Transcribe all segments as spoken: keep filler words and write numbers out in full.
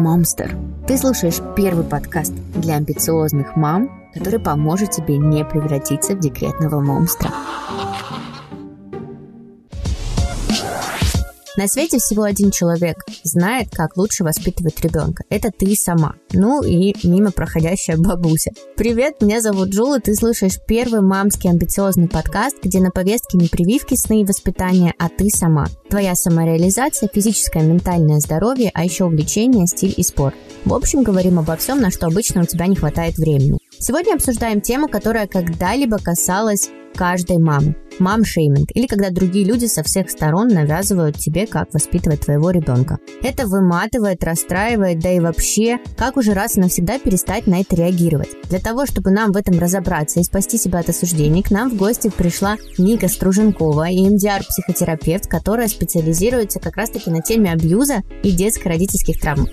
Momster. Ты слушаешь первый подкаст для амбициозных мам, который поможет тебе не превратиться в декретного монстра. На свете всего один человек знает, как лучше воспитывать ребенка. Это ты сама. Ну и мимо проходящая бабуся. Привет, меня зовут Джула, ты слушаешь первый мамский амбициозный подкаст, где на повестке не прививки, сны и воспитания, а ты сама. Твоя самореализация, физическое и ментальное здоровье, а еще увлечение, стиль и спорт. В общем, говорим обо всем, на что обычно у тебя не хватает времени. Сегодня обсуждаем тему, которая когда-либо касалась каждой мамы. Мам-шейминг, или когда другие люди со всех сторон навязывают тебе, как воспитывать твоего ребенка. Это выматывает, расстраивает, да и вообще, как уже раз и навсегда перестать на это реагировать. Для того, чтобы нам в этом разобраться и спасти себя от осуждений, к нам в гости пришла Ника Струженкова, и эм ди ар-психотерапевт, которая специализируется как раз-таки на теме абьюза и детско-родительских травм.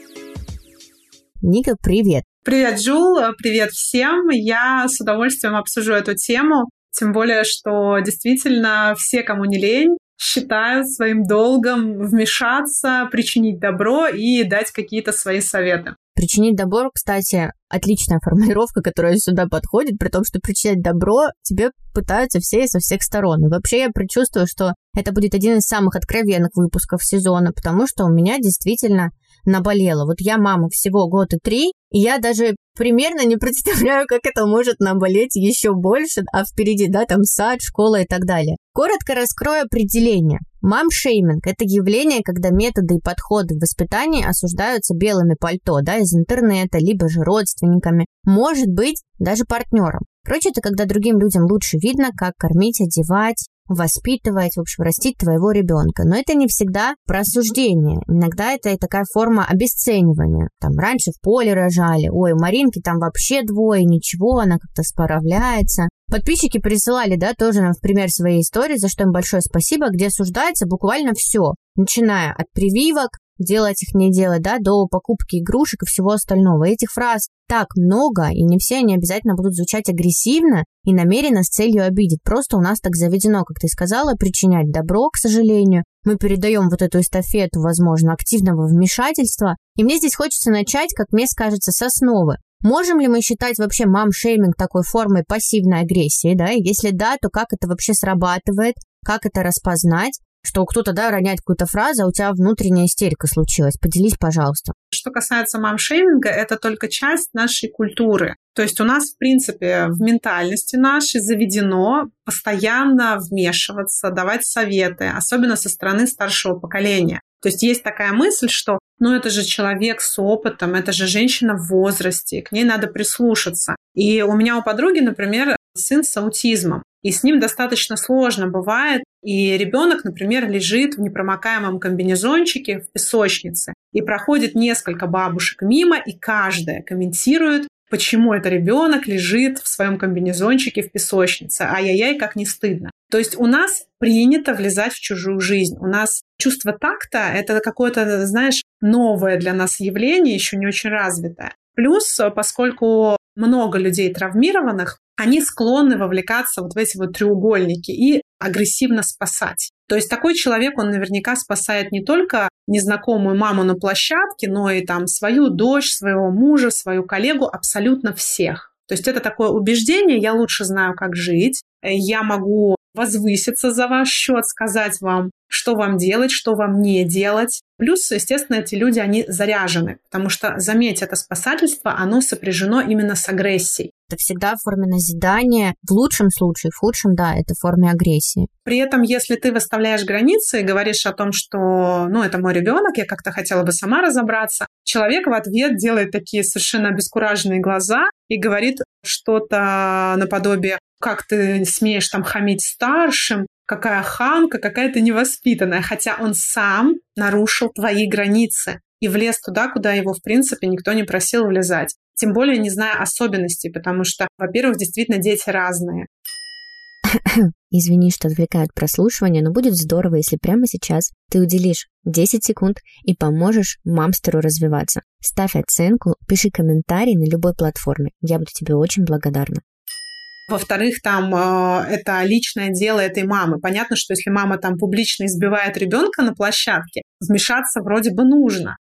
Ника, привет! Привет, Джул, привет всем! Я с удовольствием обсужу эту тему. Тем более, что действительно все, кому не лень, считают своим долгом вмешаться, причинить добро и дать какие-то свои советы. Причинить добро, кстати, отличная формулировка, которая сюда подходит, при том, что причинять добро тебе пытаются все и со всех сторон. И вообще я предчувствую, что это будет один из самых откровенных выпусков сезона, потому что у меня действительно наболело. Вот я мама всего год и три, и я даже примерно не представляю, как это может наболеть еще больше, а впереди, да, там сад, школа и так далее. Коротко раскрою определение. Мам-шейминг – это явление, когда методы и подходы в воспитании осуждаются белыми пальто, да, из интернета, либо же родственниками, может быть, даже партнером. Короче, это когда другим людям лучше видно, как кормить, одевать, воспитывать, в общем, растить твоего ребенка. Но это не всегда про осуждение. Иногда это и такая форма обесценивания. Там раньше в поле рожали. Ой, у Маринки там вообще двое, ничего, она как-то справляется. Подписчики присылали, да, тоже нам в пример своей истории, за что им большое спасибо, где осуждается буквально все. Начиная от прививок, делать их, не делать, да, до покупки игрушек и всего остального. Этих фраз так много, и не все они обязательно будут звучать агрессивно и намеренно с целью обидеть. Просто у нас так заведено, как ты сказала, причинять добро, к сожалению. Мы передаем вот эту эстафету, возможно, активного вмешательства. И мне здесь хочется начать, как мне кажется, с основы. Можем ли мы считать вообще мам-шейминг такой формой пассивной агрессии, да? И если да, то как это вообще срабатывает, как это распознать? Что кто-то, да, роняет какую-то фразу, а у тебя внутренняя истерика случилась. Поделись, пожалуйста. Что касается мам-шейминга, это только часть нашей культуры. То есть у нас, в принципе, в ментальности нашей заведено постоянно вмешиваться, давать советы, особенно со стороны старшего поколения. То есть есть такая мысль, что ну это же человек с опытом, это же женщина в возрасте, к ней надо прислушаться. И у меня у подруги, например, сын с аутизмом. И с ним достаточно сложно бывает. И ребенок, например, лежит в непромокаемом комбинезончике в песочнице. И проходит несколько бабушек мимо, и каждая комментирует, почему этот ребенок лежит в своем комбинезончике в песочнице. Ай-яй-яй, как не стыдно. То есть у нас принято влезать в чужую жизнь. У нас чувство такта – это какое-то, знаешь, новое для нас явление, еще не очень развитое. Плюс, поскольку много людей травмированных, они склонны вовлекаться вот в эти вот треугольники и агрессивно спасать. То есть такой человек, он наверняка спасает не только незнакомую маму на площадке, но и там свою дочь, своего мужа, свою коллегу, абсолютно всех. То есть это такое убеждение: я лучше знаю, как жить, я могу возвыситься за ваш счет, сказать вам, что вам делать, что вам не делать. Плюс, естественно, эти люди, они заряжены, потому что, заметь, это спасательство, оно сопряжено именно с агрессией. Это всегда в форме назидания, в лучшем случае, в худшем, да, это в форме агрессии. При этом, если ты выставляешь границы и говоришь о том, что, ну, это мой ребенок, я как-то хотела бы сама разобраться, человек в ответ делает такие совершенно обескураженные глаза и говорит что-то наподобие: как ты смеешь там хамить старшим, какая хамка, какая ты невоспитанная, хотя он сам нарушил твои границы и влез туда, куда его, в принципе, никто не просил влезать. Тем более не зная особенностей, потому что, во-первых, действительно дети разные. Извини, что отвлекает прослушивание, но будет здорово, если прямо сейчас ты уделишь десять секунд и поможешь мамстеру развиваться. Ставь оценку, пиши комментарий на любой платформе. Я буду тебе очень благодарна. Во-вторых, там э, это личное дело этой мамы. Понятно, что если мама там публично избивает ребенка на площадке, вмешаться вроде бы нужно.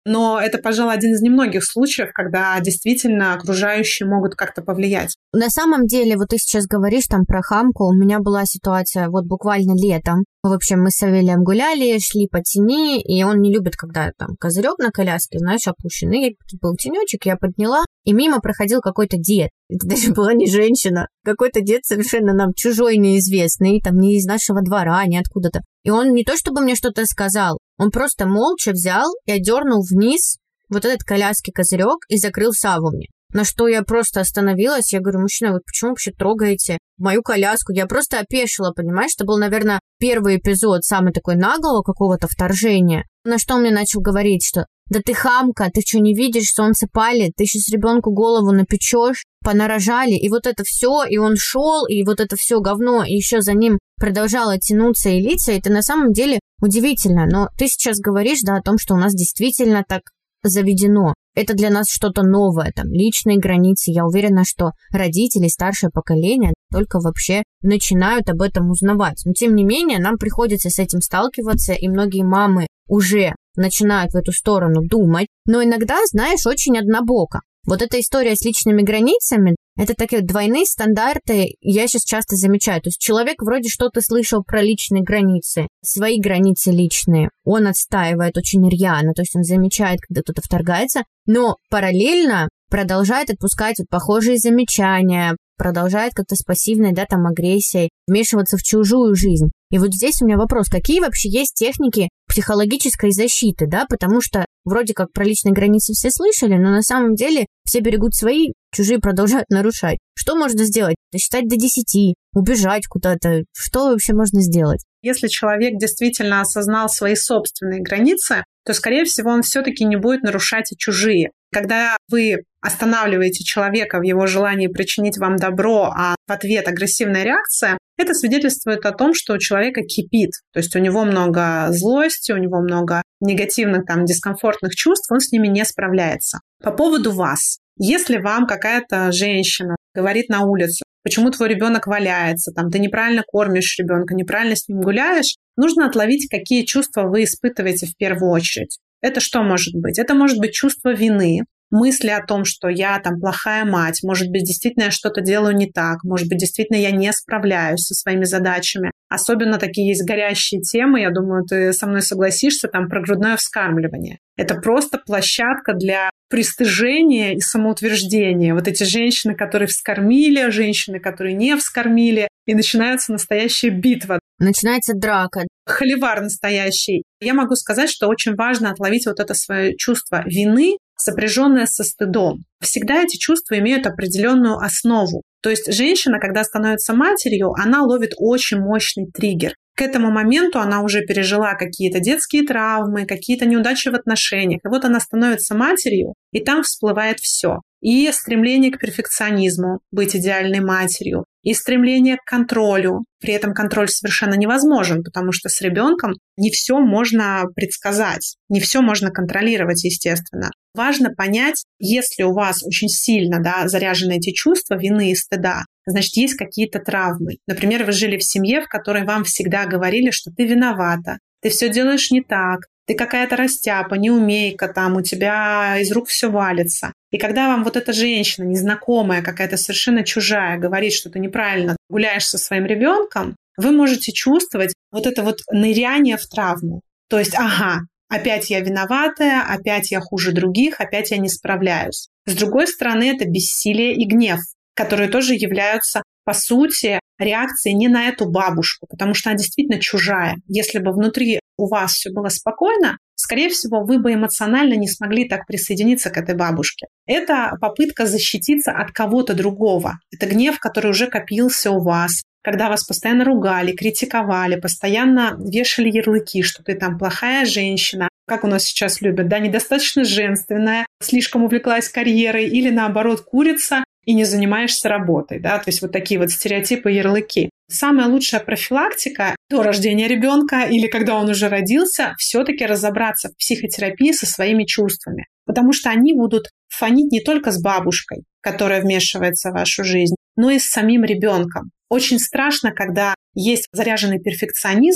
Но это, пожалуй, один из немногих случаев, когда действительно окружающие могут как-то повлиять. На самом деле, вот ты сейчас говоришь там про хамку. У меня была ситуация вот буквально летом. В общем, мы с Савелием гуляли, шли по тени, и он не любит, когда там козырек на коляске, знаешь, опущенный. Тут был тенечек, я подняла, и мимо проходил какой-то дед. Это даже была не женщина. Какой-то дед совершенно нам чужой, неизвестный, там не из нашего двора, не откуда-то. И он не то чтобы мне что-то сказал, он просто молча взял и одернул вниз вот этот коляски козырек и закрыл Саву мне. На что я просто остановилась, я говорю: мужчина, вы почему вообще трогаете мою коляску? Я просто опешила, понимаешь? Это был, наверное, первый эпизод, самый такой наглого какого-то вторжения. На что он мне начал говорить, что да ты хамка, ты что, не видишь, солнце палит, ты сейчас ребенку голову напечешь, понарожали, и вот это все, и он шел, и вот это все говно, и еще за ним продолжало тянуться и литься, это на самом деле удивительно. Но ты сейчас говоришь, да, о том, что у нас действительно так заведено. Это для нас что-то новое, там, личные границы. Я уверена, что родители, старшее поколение только вообще начинают об этом узнавать. Но, тем не менее, нам приходится с этим сталкиваться, и многие мамы уже начинают в эту сторону думать. Но иногда, знаешь, очень однобоко. Вот эта история с личными границами, это такие двойные стандарты, я сейчас часто замечаю. То есть человек вроде что-то слышал про личные границы, свои границы личные, он отстаивает очень рьяно, то есть он замечает, когда кто-то вторгается, но параллельно продолжает отпускать вот похожие замечания, продолжает как-то с пассивной, да, там, агрессией вмешиваться в чужую жизнь. И вот здесь у меня вопрос, какие вообще есть техники психологической защиты, да, потому что вроде как про личные границы все слышали, но на самом деле все берегут свои, чужие продолжают нарушать. Что можно сделать? Досчитать до десяти, убежать куда-то, что вообще можно сделать? Если человек действительно осознал свои собственные границы, то, скорее всего, он все-таки не будет нарушать и чужие. Когда вы останавливаете человека в его желании причинить вам добро, а в ответ агрессивная реакция, это свидетельствует о том, что у человека кипит. То есть у него много злости, у него много негативных, там, дискомфортных чувств, он с ними не справляется. По поводу вас. Если вам какая-то женщина говорит на улице: почему твой ребенок валяется, там, ты неправильно кормишь ребенка, неправильно с ним гуляешь, нужно отловить, какие чувства вы испытываете в первую очередь. Это что может быть? Это может быть чувство вины, мысли о том, что я там плохая мать, может быть, действительно я что-то делаю не так, может быть, действительно я не справляюсь со своими задачами. Особенно такие есть горящие темы, я думаю, ты со мной согласишься, там, про грудное вскармливание. Это просто площадка для пристыжения и самоутверждения. Вот эти женщины, которые вскормили, женщины, которые не вскормили, и начинается настоящая битва. Начинается драка. Холивар настоящий. Я могу сказать, что очень важно отловить вот это свое чувство вины, сопряженное со стыдом. Всегда эти чувства имеют определенную основу. То есть женщина, когда становится матерью, она ловит очень мощный триггер. К этому моменту она уже пережила какие-то детские травмы, какие-то неудачи в отношениях. И вот она становится матерью, и там всплывает все. И стремление к перфекционизму, быть идеальной матерью, и стремление к контролю. При этом контроль совершенно невозможен, потому что с ребенком не все можно предсказать, не все можно контролировать, естественно. Важно понять, если у вас очень сильно, да, заряжены эти чувства вины и стыда, значит, есть какие-то травмы. Например, вы жили в семье, в которой вам всегда говорили, что ты виновата, ты все делаешь не так, ты какая-то растяпа, неумейка, там у тебя из рук все валится. И когда вам вот эта женщина, незнакомая, какая-то совершенно чужая, говорит, что ты неправильно гуляешь со своим ребенком, вы можете чувствовать вот это вот ныряние в травму. То есть, ага, опять я виноватая, опять я хуже других, опять я не справляюсь. С другой стороны, это бессилие и гнев, которые тоже являются, по сути, реакцией не на эту бабушку, потому что она действительно чужая. Если бы внутри у вас все было спокойно, скорее всего, вы бы эмоционально не смогли так присоединиться к этой бабушке. Это попытка защититься от кого-то другого. Это гнев, который уже копился у вас, когда вас постоянно ругали, критиковали, постоянно вешали ярлыки, что ты там плохая женщина, как у нас сейчас любят, да, недостаточно женственная, слишком увлеклась карьерой или, наоборот, курица и не занимаешься работой, да, то есть вот такие вот стереотипы и ярлыки. Самая лучшая профилактика до рождения ребенка или когда он уже родился, все-таки разобраться в психотерапии со своими чувствами, потому что они будут фонить не только с бабушкой, которая вмешивается в вашу жизнь, но и с самим ребенком. Очень страшно, когда есть заряженный перфекционизм,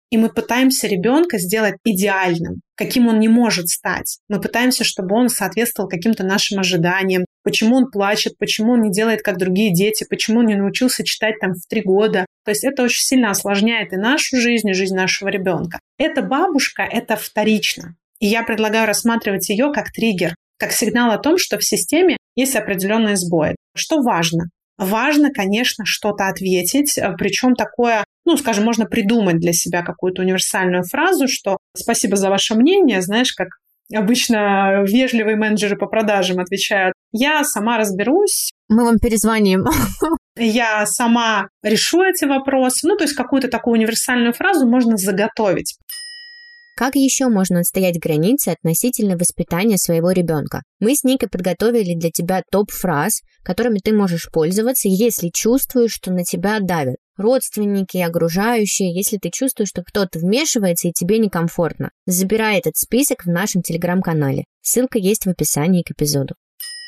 И мы пытаемся ребенка сделать идеальным, каким он не может стать. Мы пытаемся, чтобы он соответствовал каким-то нашим ожиданиям. Почему он плачет, почему он не делает, как другие дети, почему он не научился читать там в три года. То есть это очень сильно осложняет и нашу жизнь, и жизнь нашего ребенка. Эта бабушка – это вторично. И я предлагаю рассматривать ее как триггер, как сигнал о том, что в системе есть определенные сбои. Что важно? Важно, конечно, что-то ответить, причем такое, ну, скажем, можно придумать для себя какую-то универсальную фразу, что «спасибо за ваше мнение», знаешь, как обычно вежливые менеджеры по продажам отвечают «я сама разберусь». Мы вам перезвоним. Я сама решу эти вопросы. Ну, то есть какую-то такую универсальную фразу можно заготовить. Как еще можно отстоять границы относительно воспитания своего ребенка? Мы с Никой подготовили для тебя топ фраз, которыми ты можешь пользоваться, если чувствуешь, что на тебя давят. Родственники, окружающие, если ты чувствуешь, что кто-то вмешивается и тебе некомфортно. Забирай этот список в нашем телеграм-канале. Ссылка есть в описании к эпизоду.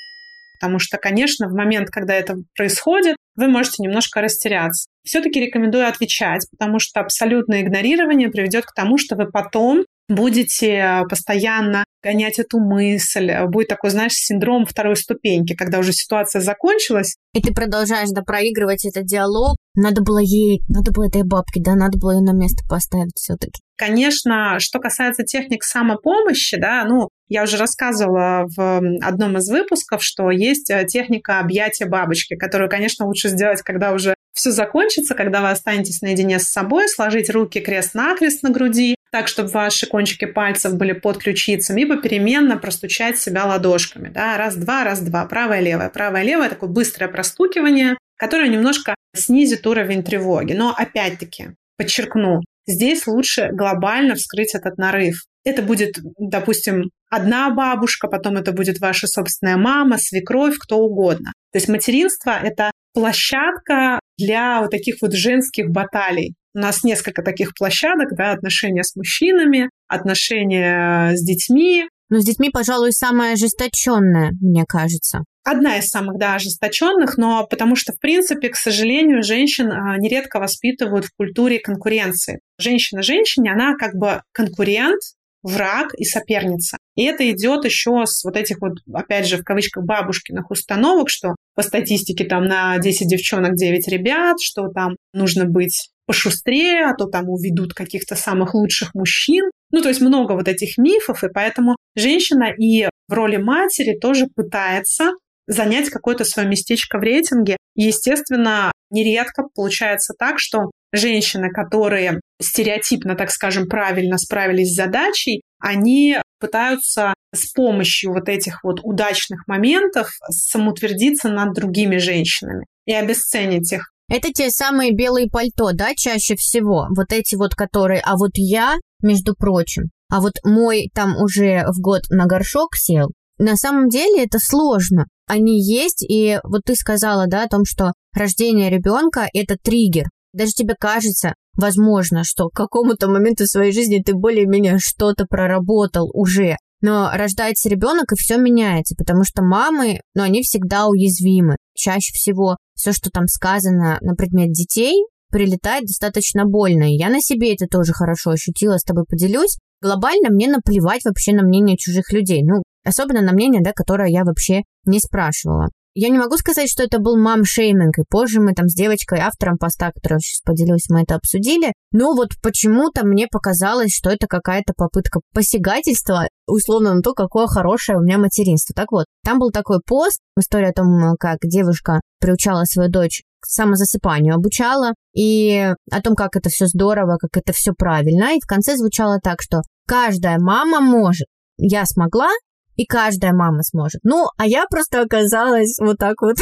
Потому что, конечно, в момент, когда это происходит, вы можете немножко растеряться. Все-таки рекомендую отвечать, потому что абсолютное игнорирование приведет к тому, что вы потом будете постоянно гонять эту мысль. Будет такой, знаешь, синдром второй ступеньки, когда уже ситуация закончилась. И ты продолжаешь, да, проигрывать этот диалог. Надо было ей, надо было этой бабке, да, надо было ее на место поставить все-таки. Конечно, что касается техник самопомощи, да, ну, я уже рассказывала в одном из выпусков, что есть техника объятия бабочки, которую, конечно, лучше сделать, когда уже все закончится, когда вы останетесь наедине с собой, сложить руки крест-накрест на груди, так, чтобы ваши кончики пальцев были под ключицами, и попеременно простучать себя ладошками. Да? Раз-два, раз-два, правое-левое, правое-левое, такое быстрое простукивание, которое немножко снизит уровень тревоги. Но опять-таки, подчеркну, здесь лучше глобально вскрыть этот нарыв. Это будет, допустим, одна бабушка, потом это будет ваша собственная мама, свекровь, кто угодно. То есть материнство – это площадка для вот таких вот женских баталий. У нас несколько таких площадок, да, отношения с мужчинами, отношения с детьми. Но с детьми, пожалуй, самая ожесточенная, мне кажется. Одна из самых, да, ожесточенных, но потому что, в принципе, к сожалению, женщин нередко воспитывают в культуре конкуренции. Женщина женщине, она как бы конкурент, враг и соперница. И это идет еще с вот этих вот, опять же, в кавычках, бабушкиных установок, что по статистике там на десять девчонок девять ребят, что там нужно быть пошустрее, а то там уведут каких-то самых лучших мужчин. Ну, то есть много вот этих мифов, и поэтому женщина и в роли матери тоже пытается занять какое-то свое местечко в рейтинге. И, естественно, нередко получается так, что женщины, которые стереотипно, так скажем, правильно справились с задачей, они пытаются с помощью вот этих вот удачных моментов самоутвердиться над другими женщинами и обесценить их. Это те самые белые пальто, да, чаще всего? Вот эти вот, которые... А вот я, между прочим, а вот мой там уже в год на горшок сел. На самом деле это сложно. Они есть, и вот ты сказала, да, о том, что рождение ребенка – это триггер. Даже тебе кажется, возможно, что к какому-то моменту своей жизни ты более-менее что-то проработал уже. Но рождается ребенок, и все меняется, потому что мамы, ну, они всегда уязвимы. Чаще всего все, что там сказано на предмет детей, прилетает достаточно больно. И я на себе это тоже хорошо ощутила, с тобой поделюсь. Глобально мне наплевать вообще на мнение чужих людей. Ну, особенно на мнение, да, которое я вообще не спрашивала. Я не могу сказать, что это был мам-шейминг, и позже мы там с девочкой, автором поста, которую сейчас поделюсь, мы это обсудили. Но вот почему-то мне показалось, что это какая-то попытка посягательства, условно, на то, какое хорошее у меня материнство. Так вот, там был такой пост, история о том, как девушка приучала свою дочь к самозасыпанию, обучала, и о том, как это все здорово, как это все правильно. И в конце звучало так, что каждая мама может. Я смогла, и каждая мама сможет. Ну, а я просто оказалась вот так вот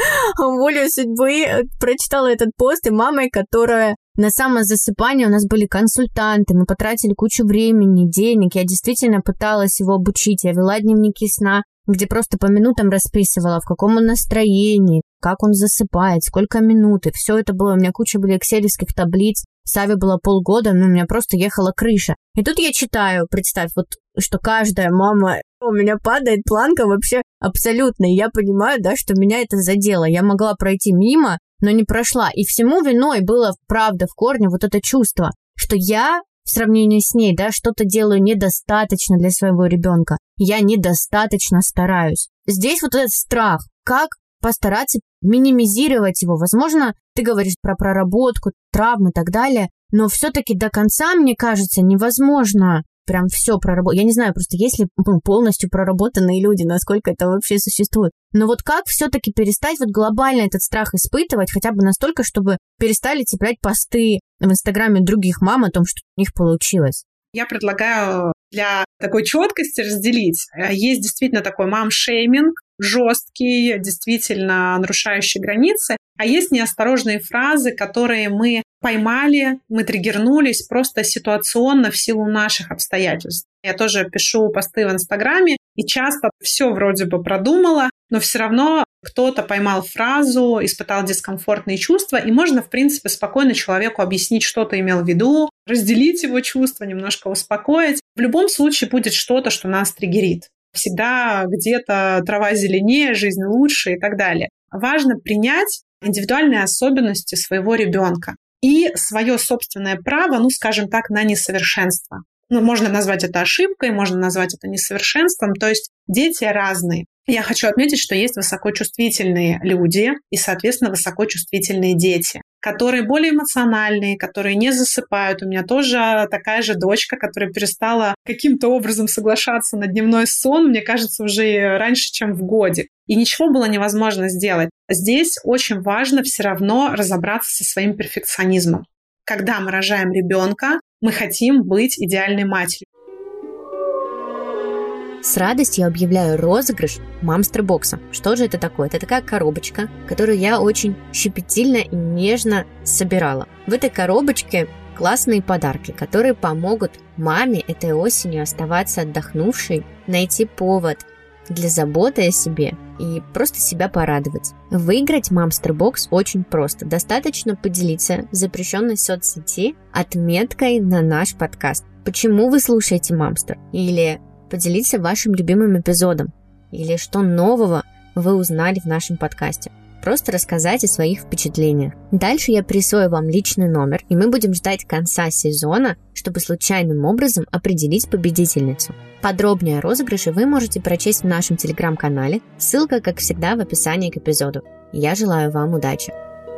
волей судьбы, прочитала этот пост, и мамой, которая на самозасыпание, у нас были консультанты, мы потратили кучу времени, денег, я действительно пыталась его обучить, я вела дневники сна, где просто по минутам расписывала, в каком он настроении, как он засыпает, сколько минут, и все это было, у меня куча были экселевских таблиц, Саве было полгода, ну, у меня просто ехала крыша. И тут я читаю, представь, вот, что каждая мама, у меня падает планка вообще абсолютно, и я понимаю, да, что меня это задело. Я могла пройти мимо, но не прошла. И всему виной было, правда, в корне вот это чувство, что я в сравнении с ней, да, что-то делаю недостаточно для своего ребенка, я недостаточно стараюсь. Здесь вот этот страх, как постараться минимизировать его. Возможно, ты говоришь про проработку, травмы и так далее, но все-таки до конца, мне кажется, невозможно прям все проработать. Я не знаю, просто есть ли ну, полностью проработанные люди, насколько это вообще существует. Но вот как все-таки перестать вот глобально этот страх испытывать, хотя бы настолько, чтобы перестали цеплять посты в Инстаграме других мам о том, что у них получилось? Я предлагаю для такой четкости разделить. Есть действительно такой мам-шейминг, жесткий, действительно нарушающий границы, а есть неосторожные фразы, которые мы поймали, мы триггернулись просто ситуационно в силу наших обстоятельств. Я тоже пишу посты в Инстаграме, и часто все вроде бы продумала, но все равно кто-то поймал фразу, испытал дискомфортные чувства, и можно, в принципе, спокойно человеку объяснить, что ты имел в виду, разделить его чувства, немножко успокоить. В любом случае будет что-то, что нас триггерит. Всегда где-то трава зеленее, жизнь лучше и так далее. Важно принять индивидуальные особенности своего ребенка и свое собственное право, ну, скажем так, на несовершенство. Ну, можно назвать это ошибкой, можно назвать это несовершенством. То есть дети разные. Я хочу отметить, что есть высокочувствительные люди и, соответственно, высокочувствительные дети, которые более эмоциональные, которые не засыпают. У меня тоже такая же дочка, которая перестала каким-то образом соглашаться на дневной сон, мне кажется, уже раньше, чем в годик. И ничего было невозможно сделать. Здесь очень важно все равно разобраться со своим перфекционизмом. Когда мы рожаем ребенка, мы хотим быть идеальной матерью. С радостью объявляю розыгрыш мамстер-бокса. Что же это такое? Это такая коробочка, которую я очень щепетильно и нежно собирала. В этой коробочке классные подарки, которые помогут маме этой осенью оставаться отдохнувшей, найти повод для заботы о себе и просто себя порадовать. Выиграть мамстер-бокс очень просто. Достаточно поделиться в запрещенной соцсети отметкой на наш подкаст. Почему вы слушаете Мамстер? Или поделиться вашим любимым эпизодом. Или что нового вы узнали в нашем подкасте. Просто рассказать о своих впечатлениях. Дальше я присвою вам личный номер, и мы будем ждать конца сезона, чтобы случайным образом определить победительницу. Подробнее о розыгрыше вы можете прочесть в нашем телеграм-канале. Ссылка, как всегда, в описании к эпизоду. Я желаю вам удачи.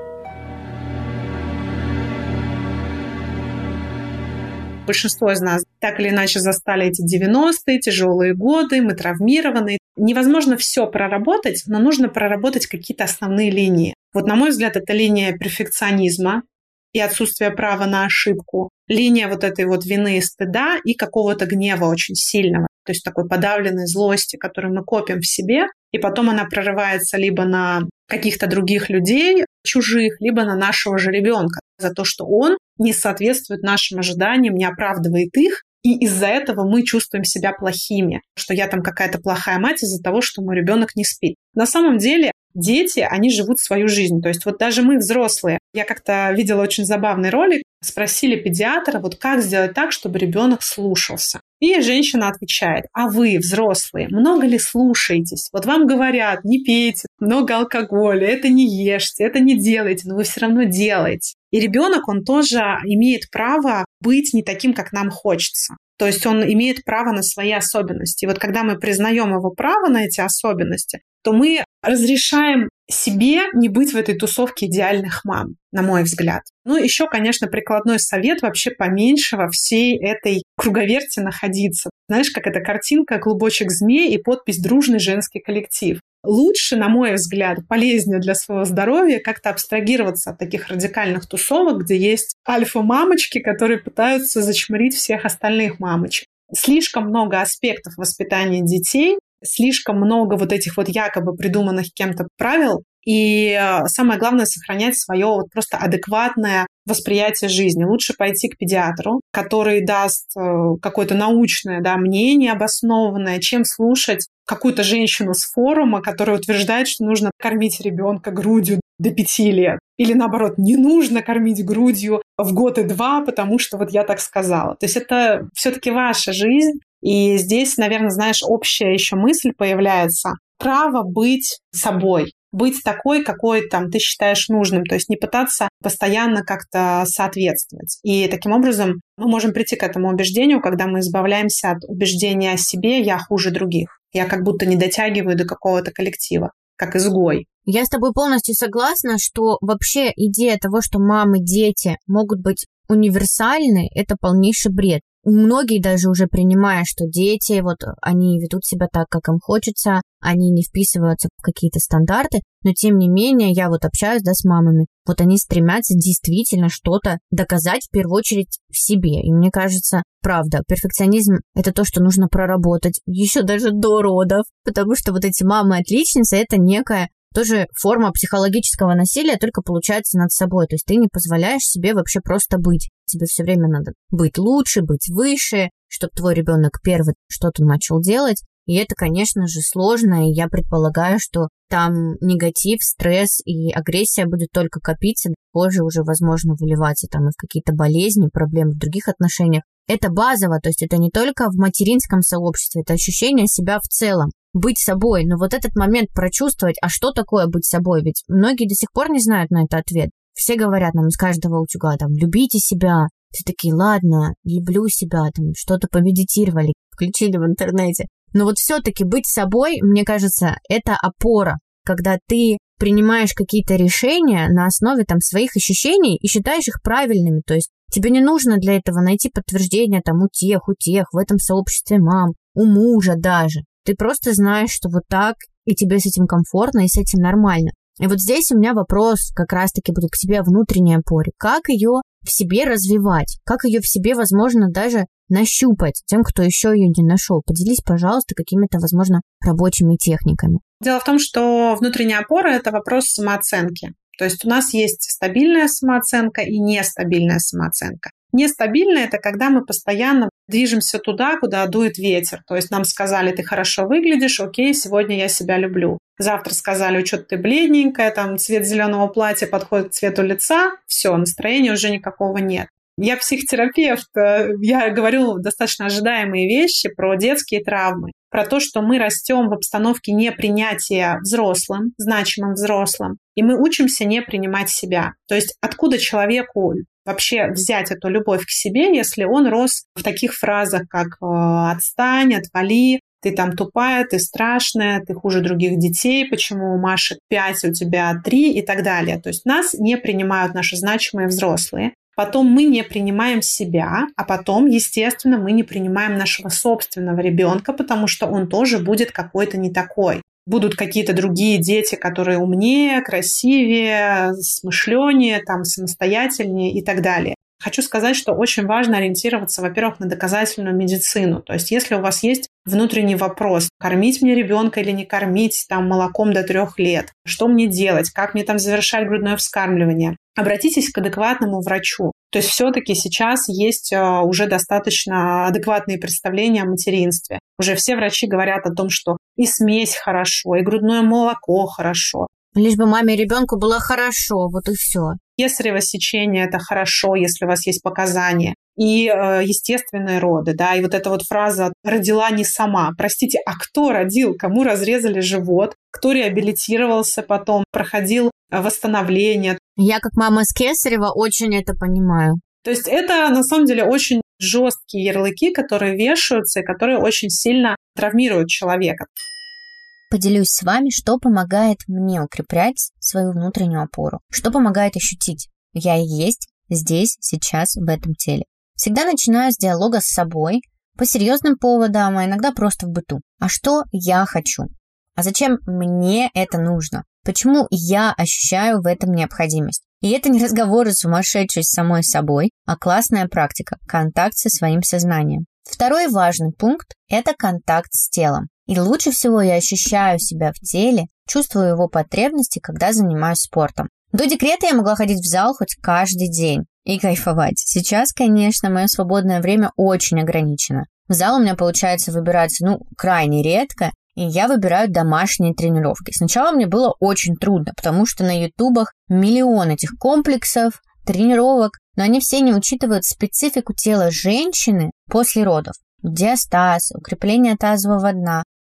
Большинство из нас так или иначе застали эти девяностые, тяжелые годы, мы травмированы. Невозможно все проработать, но нужно проработать какие-то основные линии. Вот, на мой взгляд, это линия перфекционизма и отсутствия права на ошибку, линия вот этой вот вины и стыда и какого-то гнева очень сильного, то есть такой подавленной злости, которую мы копим в себе, и потом она прорывается либо на каких-то других людей, чужих, либо на нашего же ребенка за то, что он не соответствует нашим ожиданиям, не оправдывает их, и из-за этого мы чувствуем себя плохими, что я там какая-то плохая мать из-за того, что мой ребенок не спит. На самом деле дети, они живут свою жизнь. То есть вот даже мы, взрослые, я как-то видела очень забавный ролик, спросили педиатра, вот как сделать так, чтобы ребенок слушался. И женщина отвечает: а вы, взрослые, много ли слушаетесь? Вот вам говорят, не пейте много алкоголя, это не ешьте, это не делайте, но вы все равно делаете. И ребенок, он тоже имеет право быть не таким, как нам хочется. То есть он имеет право на свои особенности. И вот когда мы признаем его право на эти особенности, то мы разрешаем себе не быть в этой тусовке идеальных мам, на мой взгляд. Ну, еще, конечно, прикладной совет вообще поменьше во всей этой круговерти находиться. Знаешь, как эта картинка «Клубочек змей» и подпись «Дружный женский коллектив». Лучше, на мой взгляд, полезнее для своего здоровья как-то абстрагироваться от таких радикальных тусовок, где есть альфа-мамочки, которые пытаются зачмырить всех остальных мамочек. Слишком много аспектов воспитания детей, слишком много вот этих вот якобы придуманных кем-то правил, и самое главное — сохранять свое вот просто адекватное восприятие жизни. Лучше пойти к педиатру, который даст какое-то научное, да, мнение обоснованное, чем слушать какую-то женщину с форума, которая утверждает, что нужно кормить ребенка грудью до пяти лет. Или наоборот, не нужно кормить грудью в год и два, потому что вот я так сказала. То есть это все-таки ваша жизнь. И здесь, наверное, знаешь, общая еще мысль появляется. Право быть собой. быть такой, какой там ты считаешь нужным, то есть не пытаться постоянно как-то соответствовать. И таким образом мы можем прийти к этому убеждению, когда мы избавляемся от убеждения о себе «я хуже других», я как будто не дотягиваю до какого-то коллектива, как изгой. Я с тобой полностью согласна, что вообще идея того, что мамы, дети могут быть универсальны, это полнейший бред. Многие даже уже принимая, что дети, вот они ведут себя так, как им хочется, они не вписываются в какие-то стандарты, но тем не менее я вот общаюсь, да, с мамами, вот они стремятся действительно что-то доказать в первую очередь в себе. И мне кажется, правда, перфекционизм – это то, что нужно проработать еще даже до родов, потому что вот эти мамы-отличницы – это некая тоже форма психологического насилия, только получается над собой. То есть ты не позволяешь себе вообще просто быть. Тебе все время надо быть лучше, быть выше, чтобы твой ребенок первый что-то начал делать. И это, конечно же, сложно, и я предполагаю, что там негатив, стресс и агрессия будет только копиться, позже уже, возможно, выливаться там и в какие-то болезни, проблемы в других отношениях. Это базово, то есть это не только в материнском сообществе, это ощущение себя в целом. Быть собой, но вот этот момент прочувствовать, а что такое быть собой, ведь многие до сих пор не знают на это ответ. Все говорят нам из каждого утюга, там, любите себя, все такие, ладно, люблю себя, там, что-то помедитировали, включили в интернете. Но вот все-таки быть собой, мне кажется, это опора, когда ты принимаешь какие-то решения на основе там своих ощущений и считаешь их правильными, то есть тебе не нужно для этого найти подтверждение там у тех, у тех, в этом сообществе мам, у мужа даже. Ты просто знаешь, что вот так, и тебе с этим комфортно, и с этим нормально. И вот здесь у меня вопрос как раз-таки будет к тебе о внутренней опоре. Как ее в себе развивать? Как ее в себе, возможно, даже нащупать тем, кто еще ее не нашел? Поделись, пожалуйста, какими-то, возможно, рабочими техниками. Дело в том, что внутренняя опора – это вопрос самооценки. То есть у нас есть стабильная самооценка и нестабильная самооценка. Нестабильная – это когда мы постоянно движемся туда, куда дует ветер. То есть нам сказали, ты хорошо выглядишь, окей, сегодня я себя люблю. Завтра сказали, что-то ты бледненькая, там цвет зеленого платья подходит к цвету лица, все, настроения уже никакого нет. Я психотерапевт, я говорю достаточно ожидаемые вещи про детские травмы, про то, что мы растем в обстановке непринятия взрослым, значимым взрослым, и мы учимся не принимать себя. То есть откуда человеку вообще взять эту любовь к себе, если он рос в таких фразах, как «отстань», «отвали», «ты там тупая», «ты страшная», «ты хуже других детей», «почему у Маши пять, у тебя три» и так далее. То есть нас не принимают наши значимые взрослые. Потом мы не принимаем себя, а потом, естественно, мы не принимаем нашего собственного ребенка, потому что он тоже будет какой-то не такой. Будут какие-то другие дети, которые умнее, красивее, смышленнее, там, самостоятельнее и так далее. Хочу сказать, что очень важно ориентироваться, во-первых, на доказательную медицину. То есть если у вас есть внутренний вопрос, кормить мне ребенка или не кормить там, молоком до трех лет, что мне делать, как мне там завершать грудное вскармливание, обратитесь к адекватному врачу. То есть все-таки сейчас есть уже достаточно адекватные представления о материнстве. Уже все врачи говорят о том, что и смесь хорошо, и грудное молоко хорошо. Лишь бы маме и ребенку было хорошо, вот и все. Кесарево сечение – это хорошо, если у вас есть показания. И э, естественные роды, да, и вот эта вот фраза «родила не сама». Простите, а кто родил? Кому разрезали живот? Кто реабилитировался потом? Проходил восстановление? Я как мама с Кесарева очень это понимаю. То есть это на самом деле очень жесткие ярлыки, которые вешаются и которые очень сильно травмируют человека. Поделюсь с вами, что помогает мне укреплять свою внутреннюю опору, что помогает ощутить «я и есть здесь, сейчас, в этом теле». Всегда начинаю с диалога с собой по серьезным поводам, а иногда просто в быту. А что я хочу? А зачем мне это нужно? Почему я ощущаю в этом необходимость? И это не разговоры сумасшедшие с самой собой, а классная практика – контакт со своим сознанием. Второй важный пункт – это контакт с телом. И лучше всего я ощущаю себя в теле, чувствую его потребности, когда занимаюсь спортом. До декрета я могла ходить в зал хоть каждый день и кайфовать. Сейчас, конечно, мое свободное время очень ограничено. В зал у меня получается выбираться, ну, крайне редко, и я выбираю домашние тренировки. Сначала мне было очень трудно, потому что на ютубах миллион этих комплексов, тренировок, но они все не учитывают специфику тела женщины после родов. Диастаз, укрепление тазового дна,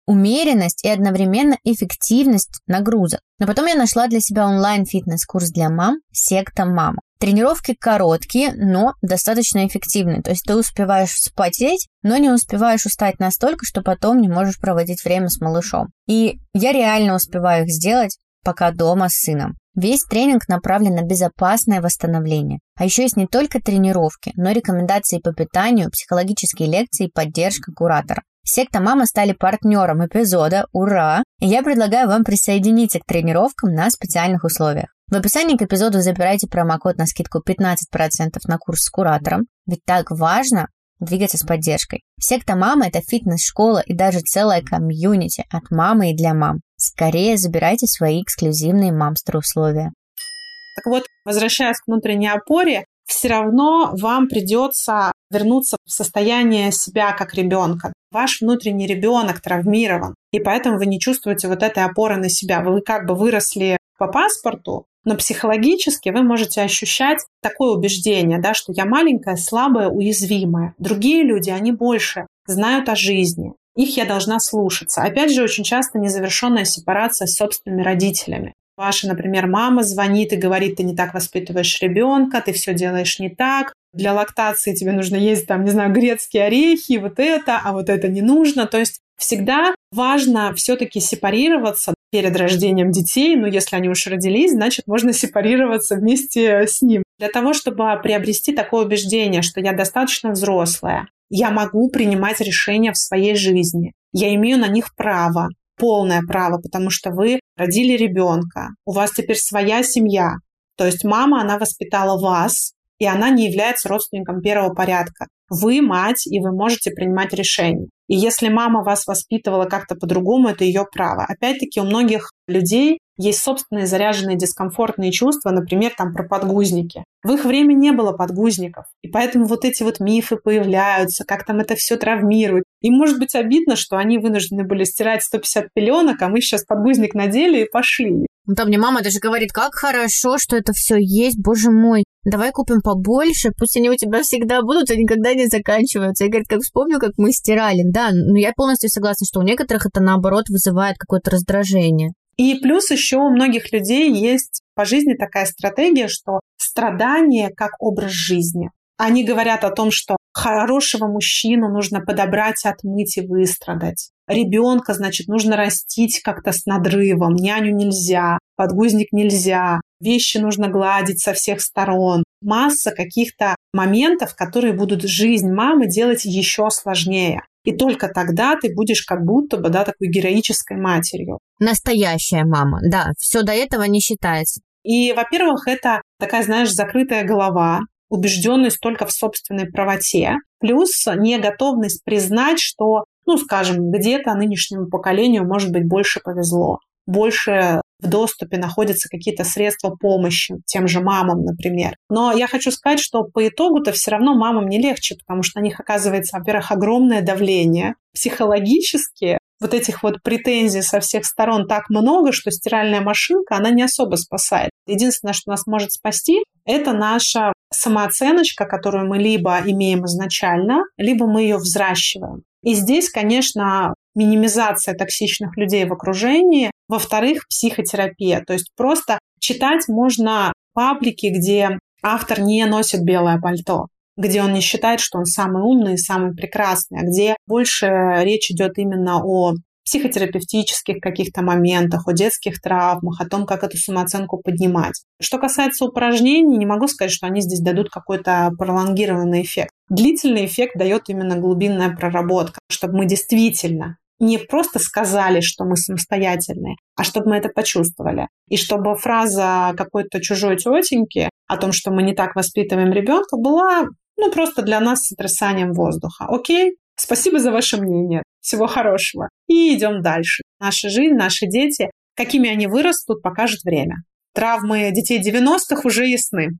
умеренность и одновременно эффективность нагрузок. Но потом я нашла для себя онлайн-фитнес-курс для мам «Секта Мама». Тренировки короткие, но достаточно эффективные. То есть ты успеваешь вспотеть, но не успеваешь устать настолько, что потом не можешь проводить время с малышом. И я реально успеваю их сделать, пока дома с сыном. Весь тренинг направлен на безопасное восстановление. А еще есть не только тренировки, но и рекомендации по питанию, психологические лекции и поддержка куратора. Секта Мама стали партнером эпизода, ура! И я предлагаю вам присоединиться к тренировкам на специальных условиях. В описании к эпизоду забирайте промокод на скидку пятнадцать процентов на курс с куратором, ведь так важно двигаться с поддержкой. Секта Мама – это фитнес-школа и даже целая комьюнити от мамы и для мам. Скорее забирайте свои эксклюзивные мамстер-условия. Так вот, возвращаясь к внутренней опоре, все равно вам придется вернуться в состояние себя как ребенка. Ваш внутренний ребенок травмирован, и поэтому вы не чувствуете вот этой опоры на себя. Вы как бы выросли по паспорту, но психологически вы можете ощущать такое убеждение, да, что я маленькая, слабая, уязвимая. Другие люди, они больше знают о жизни. Их я должна слушаться. Опять же, очень часто незавершенная сепарация с собственными родителями. Ваша, например, мама звонит и говорит, ты не так воспитываешь ребенка, ты все делаешь не так. Для лактации тебе нужно есть, там, не знаю, грецкие орехи, вот это, а вот это не нужно. То есть всегда важно все-таки сепарироваться перед рождением детей. Но если они уж родились, значит, можно сепарироваться вместе с ним. Для того, чтобы приобрести такое убеждение, что я достаточно взрослая, я могу принимать решения в своей жизни, я имею на них право, полное право, потому что вы родили ребенка, у вас теперь своя семья. То есть мама, она воспитала вас, и она не является родственником первого порядка. Вы мать, и вы можете принимать решения. И если мама вас воспитывала как-то по-другому, это ее право. Опять-таки у многих людей есть собственные заряженные дискомфортные чувства, например, там про подгузники. В их время не было подгузников, и поэтому вот эти вот мифы появляются, как там это все травмирует. Им может быть обидно, что они вынуждены были стирать сто пятьдесят пеленок, а мы сейчас подгузник надели и пошли. Ну, там мне мама даже говорит, как хорошо, что это все есть, боже мой, давай купим побольше, пусть они у тебя всегда будут, и никогда не заканчиваются. Я, говорит, как вспомню, как мы стирали. Да, но я полностью согласна, что у некоторых это, наоборот, вызывает какое-то раздражение. И плюс еще у многих людей есть по жизни такая стратегия, что страдание как образ жизни. Они говорят о том, что хорошего мужчину нужно подобрать, отмыть и выстрадать. Ребенка, значит, нужно растить как-то с надрывом. Няню нельзя, подгузник нельзя, вещи нужно гладить со всех сторон. Масса каких-то моментов, которые будут жизнь мамы делать еще сложнее. И только тогда ты будешь как будто бы, да, такой героической матерью. Настоящая мама, да, все до этого не считается. И, во-первых, это такая, знаешь, закрытая голова, убежденность только в собственной правоте, плюс неготовность признать, что, ну, скажем, где-то нынешнему поколению, может быть, больше повезло, больше в доступе находятся какие-то средства помощи тем же мамам, например. Но я хочу сказать, что по итогу-то все равно мамам не легче, потому что на них оказывается, во-первых, огромное давление. Психологически вот этих вот претензий со всех сторон так много, что стиральная машинка, она не особо спасает. Единственное, что нас может спасти, это наша самооценочка, которую мы либо имеем изначально, либо мы ее взращиваем. И здесь, конечно, минимизация токсичных людей в окружении. Во-вторых, психотерапия. То есть просто читать можно паблики, где автор не носит белое пальто, где он не считает, что он самый умный и самый прекрасный, а где больше речь идет именно о психотерапевтических каких-то моментах, о детских травмах, о том, как эту самооценку поднимать. Что касается упражнений, не могу сказать, что они здесь дадут какой-то пролонгированный эффект. Длительный эффект дает именно глубинная проработка, чтобы мы действительно не просто сказали, что мы самостоятельные, а чтобы мы это почувствовали. И чтобы фраза какой-то чужой тетеньки о том, что мы не так воспитываем ребенка, была ну, просто для нас сотрясанием воздуха. Окей? Спасибо за ваше мнение. Всего хорошего. И идем дальше. Наша жизнь, наши дети, какими они вырастут, покажет время. Травмы детей девяностых уже ясны.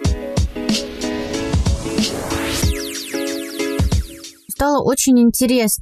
Стало очень интересно.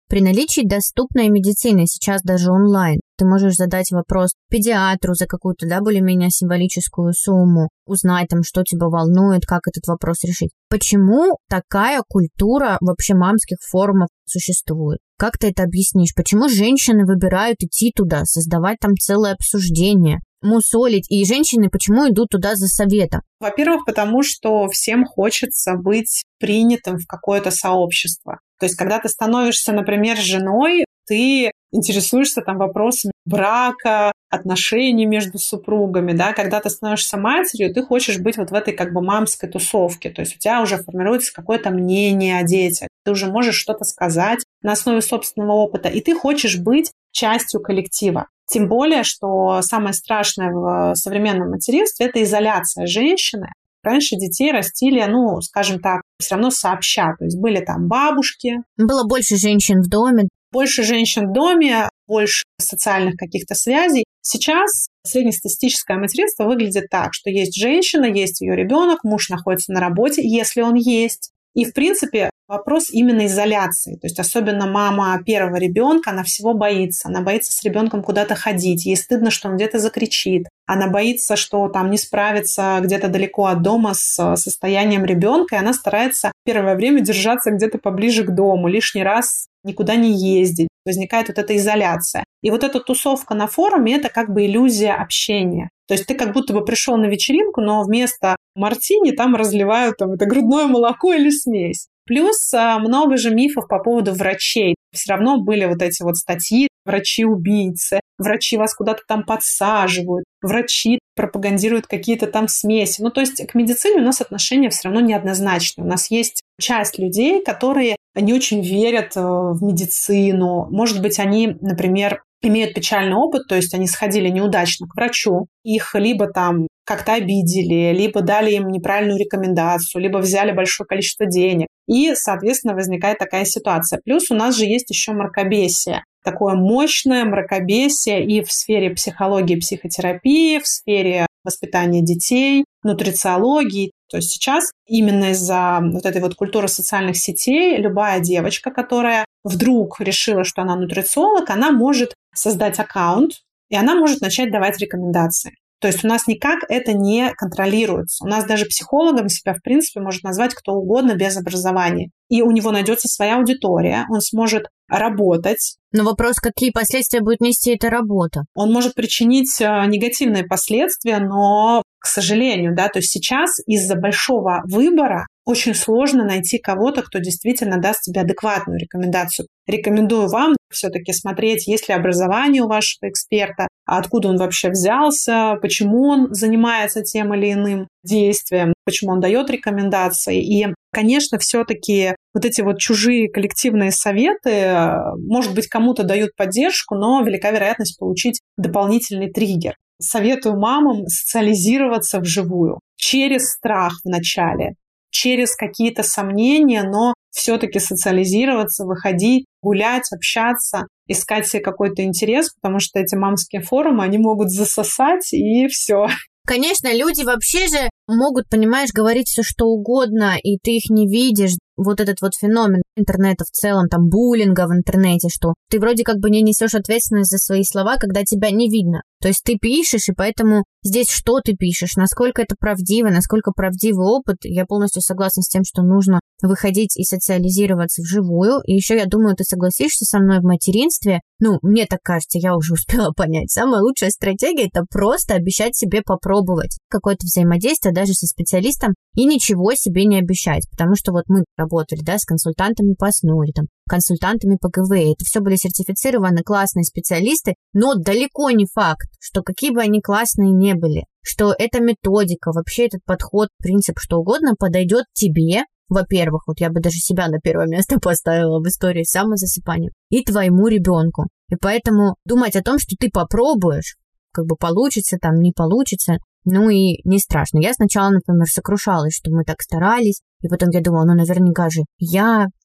При наличии доступной медицины, сейчас даже онлайн, ты можешь задать вопрос педиатру за какую-то, да, более-менее символическую сумму, узнать там, что тебя волнует, как этот вопрос решить. Почему такая культура вообще мамских форумов существует? Как ты это объяснишь? Почему женщины выбирают идти туда, создавать там целое обсуждение, мусолить? И женщины почему идут туда за советом? Во-первых, потому что всем хочется быть принятым в какое-то сообщество. То есть, когда ты становишься, например, женой, ты интересуешься там вопросами брака, отношений между супругами, да, когда ты становишься матерью, ты хочешь быть вот в этой как бы мамской тусовке, то есть у тебя уже формируется какое-то мнение о детях, ты уже можешь что-то сказать на основе собственного опыта, и ты хочешь быть частью коллектива. Тем более, что самое страшное в современном материнстве – это изоляция женщины. Раньше детей растили, ну, скажем так, все равно сообща. То есть были там бабушки. Было больше женщин в доме. Больше женщин в доме, больше социальных каких-то связей. Сейчас среднестатистическое материнство выглядит так, что есть женщина, есть ее ребенок, муж находится на работе, если он есть. И, в принципе, вопрос именно изоляции. То есть особенно мама первого ребенка, она всего боится. Она боится с ребенком куда-то ходить. Ей стыдно, что он где-то закричит. Она боится, что там не справится где-то далеко от дома с состоянием ребенка. И она старается первое время держаться где-то поближе к дому, лишний раз никуда не ездить. Возникает вот эта изоляция. И вот эта тусовка на форуме – это как бы иллюзия общения. То есть ты как будто бы пришел на вечеринку, но вместо мартини там разливают там, это грудное молоко или смесь. Плюс много же мифов по поводу врачей. Все равно были вот эти вот статьи «врачи-убийцы», «врачи вас куда-то там подсаживают», «врачи пропагандируют какие-то там смеси». Ну, то есть к медицине у нас отношения все равно неоднозначные. У нас есть часть людей, которые не очень верят в медицину. Может быть, они, например, имеют печальный опыт, то есть они сходили неудачно к врачу, их либо там как-то обидели, либо дали им неправильную рекомендацию, либо взяли большое количество денег. И, соответственно, возникает такая ситуация. Плюс у нас же есть еще мракобесие. Такое мощное мракобесие и в сфере психологии, психотерапии, в сфере воспитания детей, нутрициологии. То есть сейчас именно из-за вот этой вот культуры социальных сетей любая девочка, которая вдруг решила, что она нутрициолог, она может создать аккаунт, и она может начать давать рекомендации. То есть у нас никак это не контролируется. У нас даже психологом себя, в принципе, может назвать кто угодно без образования. И у него найдется своя аудитория, он сможет работать. Но вопрос, какие последствия будет нести эта работа? Он может причинить негативные последствия, но, к сожалению, да, то есть сейчас из-за большого выбора очень сложно найти кого-то, кто действительно даст тебе адекватную рекомендацию. Рекомендую вам все-таки смотреть, есть ли образование у вашего эксперта, откуда он вообще взялся, почему он занимается тем или иным действием, почему он дает рекомендации. И, конечно, все-таки вот эти вот чужие коллективные советы, может быть, кому-то дают поддержку, но велика вероятность получить дополнительный триггер. Советую мамам социализироваться вживую через страх вначале, через какие-то сомнения, но все-таки социализироваться, выходить, гулять, общаться, искать себе какой-то интерес, потому что эти мамские форумы, они могут засосать, и все. Конечно, люди вообще же могут, понимаешь, говорить все что угодно, и ты их не видишь. Вот этот вот феномен интернета в целом, там, буллинга в интернете, что ты вроде как бы не несешь ответственность за свои слова, когда тебя не видно. То есть ты пишешь, и поэтому здесь что ты пишешь, насколько это правдиво, насколько правдивый опыт. Я полностью согласна с тем, что нужно выходить и социализироваться вживую. И еще, я думаю, ты согласишься со мной в материнстве. Ну, мне так кажется, я уже успела понять. Самая лучшая стратегия – это просто обещать себе попробовать какое-то взаимодействие даже со специалистом и ничего себе не обещать. Потому что вот мы работали, да, с консультантами по сну или там консультантами по гэ вэ. Это все были сертифицированы классные специалисты, но далеко не факт, что какие бы они классные не были, что эта методика, вообще этот подход, принцип, что угодно подойдет тебе. Во-первых, вот я бы даже себя на первое место поставила в истории с самозасыпанием, и твоему ребенку. И поэтому думать о том, что ты попробуешь, как бы получится, там не получится, ну и не страшно. Я сначала, например, сокрушалась, что мы так старались, и потом я думала, ну наверняка же я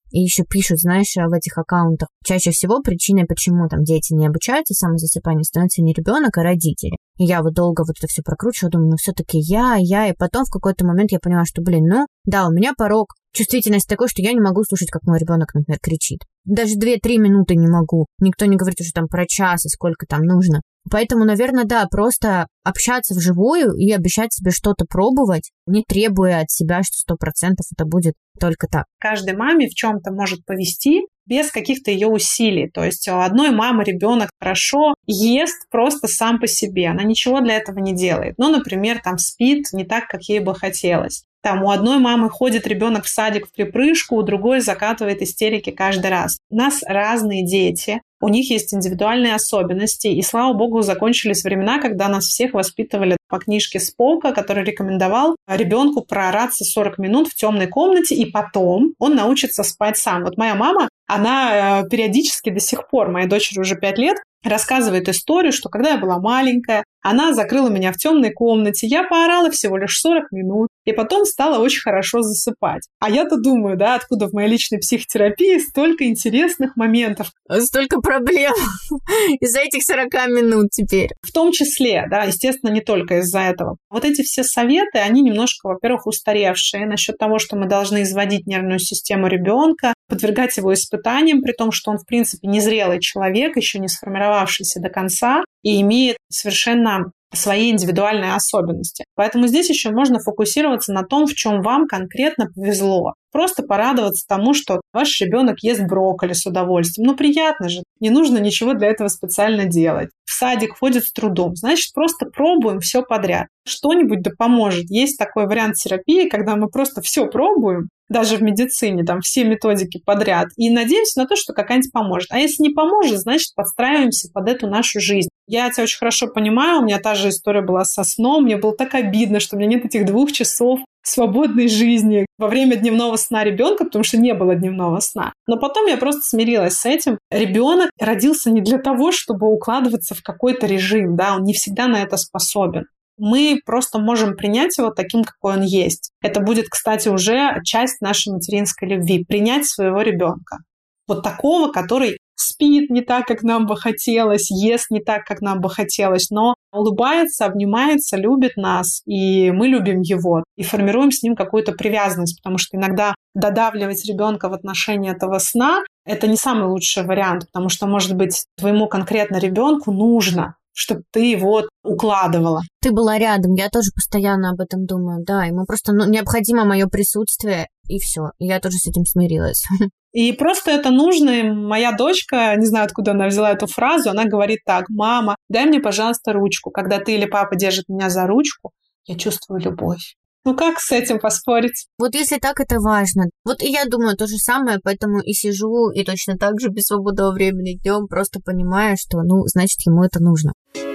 И еще пишут, знаешь, в этих аккаунтах, чаще всего причиной, почему там дети не обучаются самозасыпанию, становится не ребенок, а родители. И я вот долго вот это все прокручиваю, думаю, ну все-таки я, я, и потом в какой-то момент я поняла, что, блин, ну да, у меня порог чувствительность такой, что я не могу слушать, как мой ребенок, например, кричит. Даже две-три минуты не могу. Никто не говорит уже там про час и сколько там нужно. Поэтому, наверное, да, просто общаться вживую и обещать себе что-то пробовать, не требуя от себя, что сто процентов это будет только так. Каждой маме в чем-то может повести без каких-то ее усилий. То есть у одной мамы ребенок хорошо ест просто сам по себе. Она ничего для этого не делает. Ну, например, там спит не так, как ей бы хотелось. Там у одной мамы ходит ребенок в садик в припрыжку, у другой закатывает истерики каждый раз. У нас разные дети, у них есть индивидуальные особенности, и, слава богу, закончились времена, когда нас всех воспитывали по книжке Сполка, который рекомендовал ребенку проораться сорок минут в темной комнате, и потом он научится спать сам. Вот моя мама, она периодически до сих пор, моей дочери уже пять лет, рассказывает историю, что когда я была маленькая, она закрыла меня в темной комнате, я поорала всего лишь сорок минут, и потом стала очень хорошо засыпать. А я-то думаю, да, откуда в моей личной психотерапии столько интересных моментов. Столько проблем из-за этих сорока минут теперь. В том числе, да, естественно, не только из-за этого. Вот эти все советы, они немножко, во-первых, устаревшие насчет того, что мы должны изводить нервную систему ребенка, подвергать его испытаниям, при том, что он, в принципе, незрелый человек, еще не сформировавшийся до конца и имеет совершенно свои индивидуальные особенности. Поэтому здесь еще можно фокусироваться на том, в чем вам конкретно повезло. Просто порадоваться тому, что ваш ребенок ест брокколи с удовольствием. Ну, приятно же. Не нужно ничего для этого специально делать. В садик ходит с трудом. Значит, просто пробуем все подряд. Что-нибудь да поможет. Есть такой вариант терапии, когда мы просто все пробуем, даже в медицине, там все методики подряд, и надеемся на то, что какая-нибудь поможет. А если не поможет, значит, подстраиваемся под эту нашу жизнь. Я тебя очень хорошо понимаю, у меня та же история была со сном, мне было так обидно, что у меня нет этих двух часов свободной жизни во время дневного сна ребенка, потому что не было дневного сна. Но потом я просто смирилась с этим. Ребенок родился не для того, чтобы укладываться в какой-то режим, да, он не всегда на это способен. Мы просто можем принять его таким, какой он есть. Это будет, кстати, уже часть нашей материнской любви. Принять своего ребенка. Вот такого, который спит не так, как нам бы хотелось, ест не так, как нам бы хотелось, но улыбается, обнимается, любит нас, и мы любим его. И формируем с ним какую-то привязанность, потому что иногда додавливать ребенка в отношении этого сна – это не самый лучший вариант, потому что, может быть, твоему конкретно ребенку нужно, чтобы ты его укладывала. Ты была рядом, я тоже постоянно об этом думаю. Да, ему просто ну, необходимо мое присутствие, и все. И я тоже с этим смирилась. И просто это нужно. И моя дочка, не знаю, откуда она взяла эту фразу, она говорит так: «Мама, дай мне, пожалуйста, ручку. Когда ты или папа держит меня за ручку, я чувствую любовь». Ну как с этим поспорить? Вот если так, это важно. Вот и я думаю то же самое, поэтому и сижу, и точно так же без свободного времени днем просто понимаю, что, ну, значит, ему это нужно.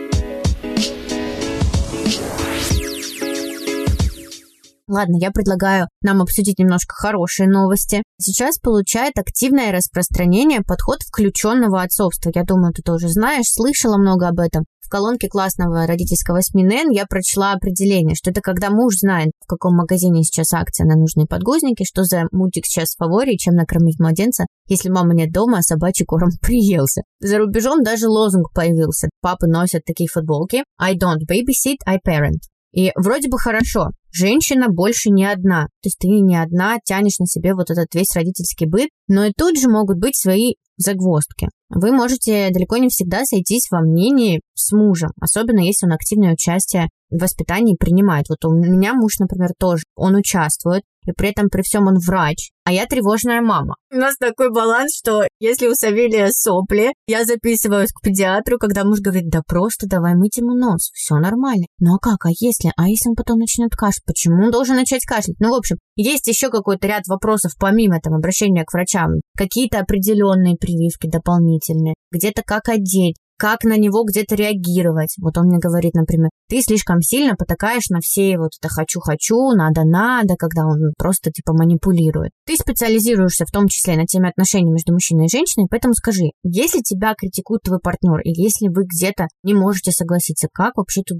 Ладно, я предлагаю нам обсудить немножко хорошие новости. Сейчас получает активное распространение подход включенного отцовства. Я думаю, ты тоже знаешь, слышала много об этом. В колонке классного родительского СМИ эн я прочла определение, что это когда муж знает, в каком магазине сейчас акция на нужные подгузники, что за мультик сейчас в фаворе, чем накормить младенца, если мама нет дома, а собачий корм приелся. За рубежом даже лозунг появился. Папы носят такие футболки «I don't babysit, I parent». И вроде бы хорошо, женщина больше не одна, то есть ты не одна тянешь на себе вот этот весь родительский быт, но и тут же могут быть свои загвоздки. Вы можете далеко не всегда сойтись во мнении с мужем, особенно если он активное участие в воспитании принимает. Вот у меня муж, например, тоже, он участвует, и при этом при всем он врач, а я тревожная мама. У нас такой баланс, что если у Савелия сопли, я записываюсь к педиатру, когда муж говорит: да просто давай мыть ему нос, все нормально. Ну а как, а если? А если он потом начнет кашлять? Почему он должен начать кашлять? Ну, в общем, есть еще какой-то ряд вопросов, помимо там обращения к врачам. Какие-то определенные прививки дополнительные, где-то как одеть, как на него где-то реагировать. Вот он мне говорит, например: ты слишком сильно потакаешь на все вот это «хочу-хочу», «надо-надо», когда он просто типа манипулирует. Ты специализируешься в том числе на теме отношений между мужчиной и женщиной, поэтому скажи, если тебя критикует твой партнер, или если вы где-то не можете согласиться, как вообще тут быть?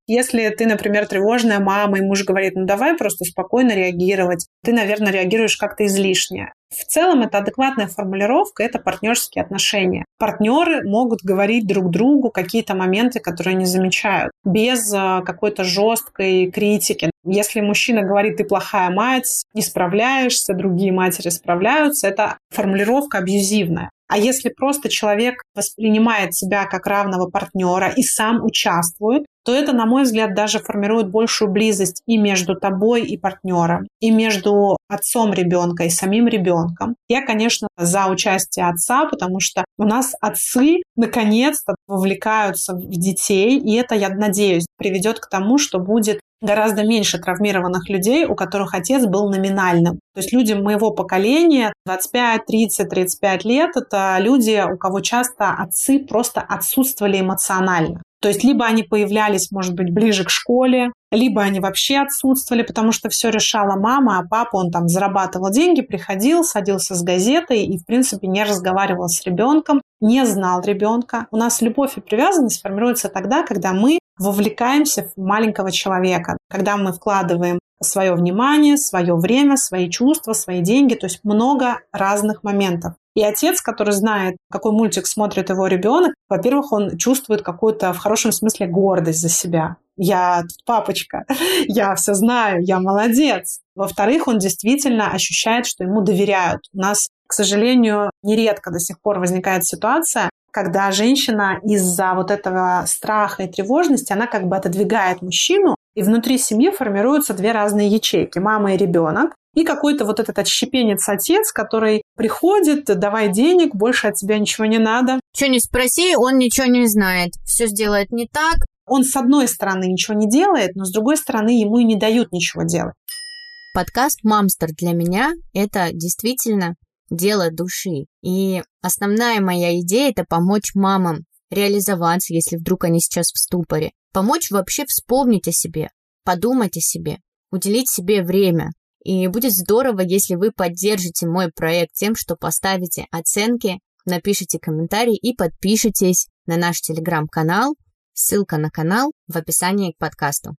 Если ты, например, тревожная мама, и муж говорит, ну давай просто спокойно реагировать, ты, наверное, реагируешь как-то излишне. В целом это адекватная формулировка, это партнерские отношения. Партнеры могут говорить друг другу какие-то моменты, которые они замечают, без какой-то жесткой критики. Если мужчина говорит, ты плохая мать, не справляешься, другие матери справляются, это формулировка абьюзивная. А если просто человек воспринимает себя как равного партнера и сам участвует, то это, на мой взгляд, даже формирует большую близость и между тобой и партнером, и между отцом ребенка и самим ребенком. Я, конечно, за участие отца, потому что у нас отцы наконец-то вовлекаются в детей, и это, я надеюсь, приведет к тому, что будет гораздо меньше травмированных людей, у которых отец был номинальным. То есть люди моего поколения, двадцать пять, тридцать, тридцать пять лет, это люди, у кого часто отцы просто отсутствовали эмоционально. То есть либо они появлялись, может быть, ближе к школе, либо они вообще отсутствовали, потому что все решала мама, а папа, он там зарабатывал деньги, приходил, садился с газетой и, в принципе, не разговаривал с ребенком, не знал ребенка. У нас любовь и привязанность формируются тогда, когда мы вовлекаемся в маленького человека, когда мы вкладываем свое внимание, свое время, свои чувства, свои деньги, то есть много разных моментов. И отец, который знает, какой мультик смотрит его ребенок, во-первых, он чувствует какую-то, в хорошем смысле, гордость за себя. Я папочка, я все знаю, я молодец. Во-вторых, он действительно ощущает, что ему доверяют. У нас, к сожалению, нередко до сих пор возникает ситуация, когда женщина из-за вот этого страха и тревожности, она как бы отодвигает мужчину, и внутри семьи формируются две разные ячейки – мама и ребенок. И какой-то вот этот отщепенец-отец, который приходит, давай денег, больше от тебя ничего не надо. Что не спроси, он ничего не знает. Все сделает не так. Он с одной стороны ничего не делает, но с другой стороны ему и не дают ничего делать. Подкаст «Мамстер» для меня – это действительно дело души. И основная моя идея – это помочь мамам реализоваться, если вдруг они сейчас в ступоре. Помочь вообще вспомнить о себе, подумать о себе, уделить себе время. И будет здорово, если вы поддержите мой проект тем, что поставите оценки, напишите комментарий и подпишитесь на наш телеграм-канал. Ссылка на канал в описании к подкасту.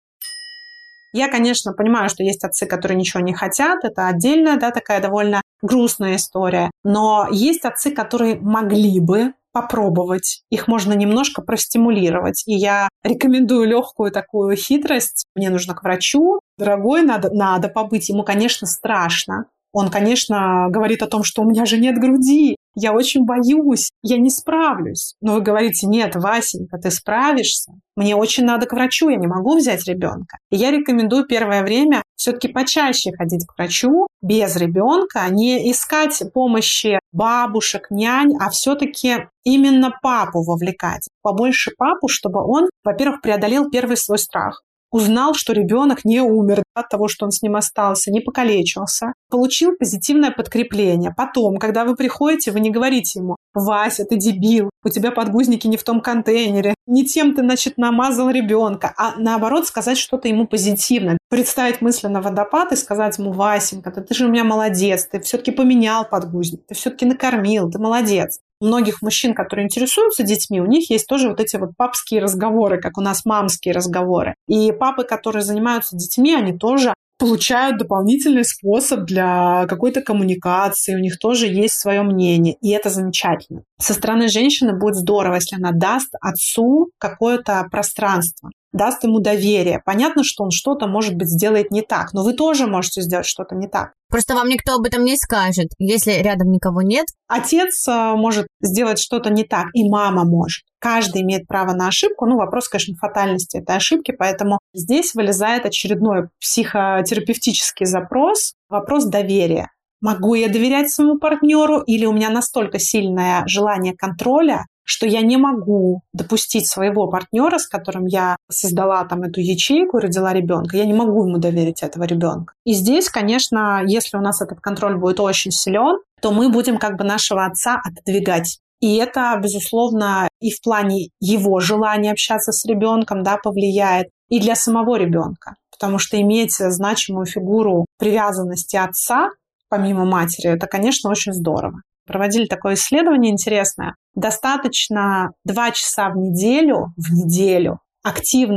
Я, конечно, понимаю, что есть отцы, которые ничего не хотят. Это отдельная, да, такая довольно грустная история. Но есть отцы, которые могли бы попробовать. Их можно немножко простимулировать. И я рекомендую легкую такую хитрость. Мне нужно к врачу. Дорогой, надо, надо побыть. Ему, конечно, страшно. Он, конечно, говорит о том, что у меня же нет груди. Я очень боюсь, я не справлюсь. Но вы говорите, нет, Васенька, ты справишься. Мне очень надо к врачу, я не могу взять ребенка. И я рекомендую первое время все-таки почаще ходить к врачу без ребенка, не искать помощи бабушек, нянь, а все-таки именно папу вовлекать. Побольше папу, чтобы он, во-первых, преодолел первый свой страх. Узнал, что ребенок не умер от того, что он с ним остался, не покалечился, получил позитивное подкрепление. Потом, когда вы приходите, вы не говорите ему: «Вася, ты дебил, у тебя подгузники не в том контейнере, не тем ты, значит, намазал ребенка», а наоборот сказать что-то ему позитивное. Представить мысленно водопад и сказать ему: «Васенька, ты, ты же у меня молодец, ты все-таки поменял подгузник, ты все-таки накормил, ты молодец». У многих мужчин, которые интересуются детьми, у них есть тоже вот эти вот папские разговоры, как у нас мамские разговоры. И папы, которые занимаются детьми, они тоже получают дополнительный способ для какой-то коммуникации, у них тоже есть свое мнение, и это замечательно. Со стороны женщины будет здорово, если она даст отцу какое-то пространство, даст ему доверие. Понятно, что он что-то, может быть, сделает не так, но вы тоже можете сделать что-то не так. Просто вам никто об этом не скажет, если рядом никого нет. Отец может сделать что-то не так, и мама может. Каждый имеет право на ошибку. Ну, вопрос, конечно, фатальности этой ошибки, поэтому здесь вылезает очередной психотерапевтический запрос, вопрос доверия. Могу я доверять своему партнеру, или у меня настолько сильное желание контроля, что я не могу допустить своего партнера, с которым я создала там эту ячейку, родила ребенка, я не могу ему доверить этого ребенка. И здесь, конечно, если у нас этот контроль будет очень силен, то мы будем как бы нашего отца отодвигать. И это, безусловно, и в плане его желания общаться с ребенком, да, повлияет, и для самого ребенка. Потому что иметь значимую фигуру привязанности отца, помимо матери, это, конечно, очень здорово. Проводили такое исследование интересное. Достаточно два часа в неделю, в неделю активно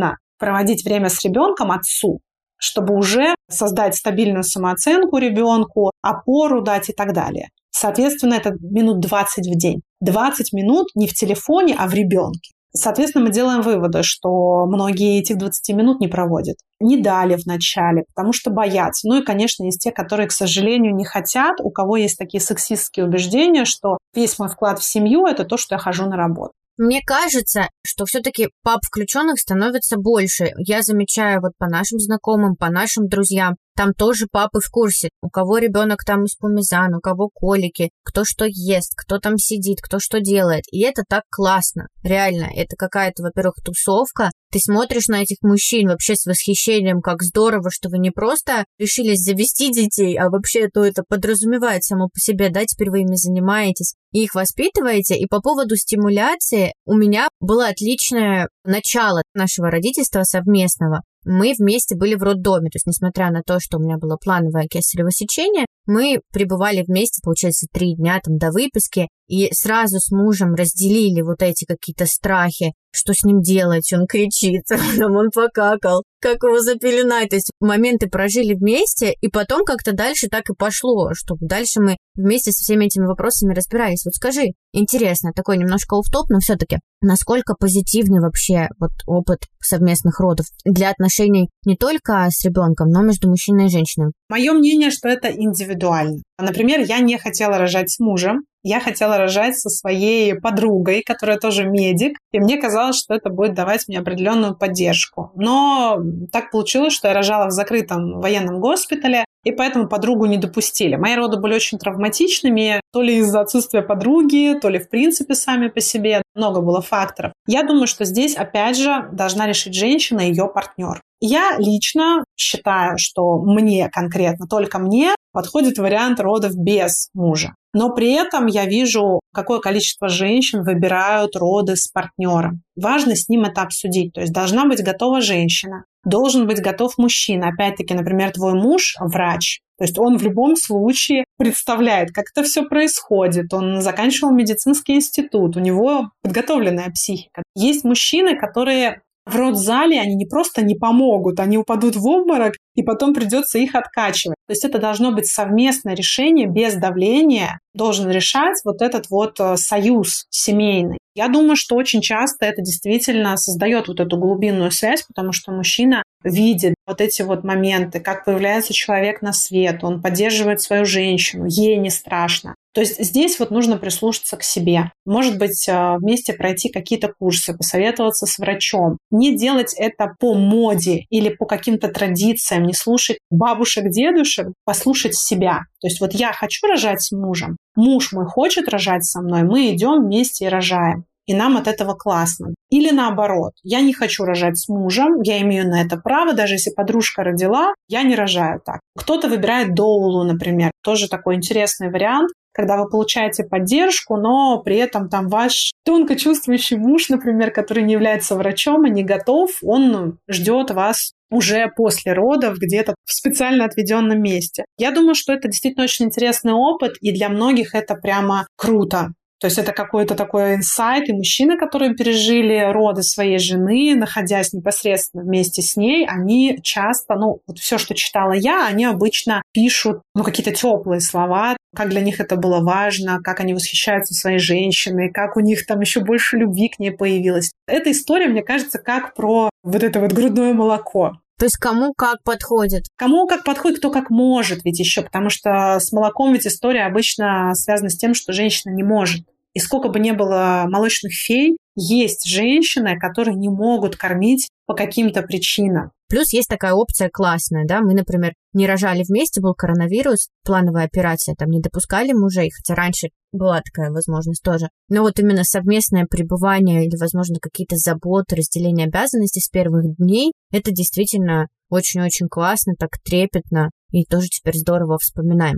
проводить время с ребенком отцу, чтобы уже создать стабильную самооценку ребенку, опору дать и так далее. Соответственно, это минут двадцать в день. двадцать минут не в телефоне, а в ребенке. Соответственно, мы делаем выводы, что многие этих двадцать минут не проводят. Не дали вначале, потому что боятся. Ну и, конечно, есть те, которые, к сожалению, не хотят, у кого есть такие сексистские убеждения, что весь мой вклад в семью – это то, что я хожу на работу. Мне кажется, что все-таки пап включенных становится больше. Я замечаю вот по нашим знакомым, по нашим друзьям, там тоже папы в курсе, у кого ребенок там из пармезан, у кого колики, кто что ест, кто там сидит, кто что делает. И это так классно. Реально, это какая-то, во-первых, тусовка. Ты смотришь на этих мужчин вообще с восхищением, как здорово, что вы не просто решились завести детей, а вообще то это подразумевает само по себе, да, теперь вы ими занимаетесь и их воспитываете. И по поводу стимуляции у меня было отличное начало нашего родительства совместного. Мы вместе были в роддоме, то есть несмотря на то, что у меня было плановое кесарево сечение, мы пребывали вместе, получается, три дня там до выписки, и сразу с мужем разделили вот эти какие-то страхи, что с ним делать, он кричит, потом он покакал, как его запеленать, то есть моменты прожили вместе, и потом как-то дальше так и пошло, чтобы дальше мы вместе со всеми этими вопросами разбирались. Вот скажи, интересно, такой немножко офф-топ, но все-таки, насколько позитивный вообще вот опыт совместных родов для отношений не только с ребенком, но между мужчиной и женщиной? Мое мнение, что это индивидуально. Например, я не хотела рожать с мужем, я хотела рожать со своей подругой, которая тоже медик, и мне казалось, что это будет давать мне определенную поддержку. Но так получилось, что я рожала в закрытом военном госпитале, и поэтому подругу не допустили. Мои роды были очень травматичными, то ли из-за отсутствия подруги, то ли в принципе сами по себе. Много было факторов. Я думаю, что здесь, опять же, должна решить женщина и ее партнер. Я лично считаю, что мне конкретно, только мне, подходит вариант родов без мужа. Но при этом я вижу, какое количество женщин выбирают роды с партнером. Важно с ним это обсудить. То есть должна быть готова женщина, должен быть готов мужчина. Опять-таки, например, твой муж – врач. То есть он в любом случае представляет, как это все происходит. Он заканчивал медицинский институт, у него подготовленная психика. Есть мужчины, которые в родзале, они не просто не помогут, они упадут в обморок, и потом придется их откачивать. То есть это должно быть совместное решение без давления, должен решать вот этот вот союз семейный. Я думаю, что очень часто это действительно создает вот эту глубинную связь, потому что мужчина видит вот эти вот моменты, как появляется человек на свет, он поддерживает свою женщину, ей не страшно. То есть здесь вот нужно прислушаться к себе. Может быть, вместе пройти какие-то курсы, посоветоваться с врачом. Не делать это по моде или по каким-то традициям, не слушать бабушек, дедушек, послушать себя. То есть вот я хочу рожать с мужем, муж мой хочет рожать со мной, мы идем вместе и рожаем. И нам от этого классно. Или наоборот, я не хочу рожать с мужем, я имею на это право, даже если подружка родила, я не рожаю так. Кто-то выбирает доулу, например, тоже такой интересный вариант, когда вы получаете поддержку, но при этом там ваш тонко чувствующий муж, например, который не является врачом и не готов, он ждет вас уже после родов где-то в специально отведенном месте. Я думаю, что это действительно очень интересный опыт, и для многих это прямо круто. То есть это какой-то такой инсайт, и мужчины, которые пережили роды своей жены, находясь непосредственно вместе с ней, они часто, ну, вот все, что читала я, они обычно пишут, ну, какие-то теплые слова, как для них это было важно, как они восхищаются своей женщиной, как у них там еще больше любви к ней появилось. Эта история, мне кажется, как про вот это вот грудное молоко. То есть кому как подходит? Кому как подходит, кто как может ведь еще, потому что с молоком ведь история обычно связана с тем, что женщина не может. И сколько бы ни было молочных фей, есть женщины, которые не могут кормить по каким-то причинам. Плюс есть такая опция классная, да, мы, например, не рожали вместе, был коронавирус, плановая операция, там не допускали мужей, хотя раньше была такая возможность тоже. Но вот именно совместное пребывание или, возможно, какие-то заботы, разделение обязанностей с первых дней, это действительно очень-очень классно, так трепетно, и тоже теперь здорово вспоминаем.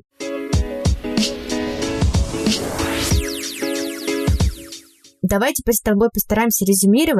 Давай теперь с тобой постараемся резюмировать.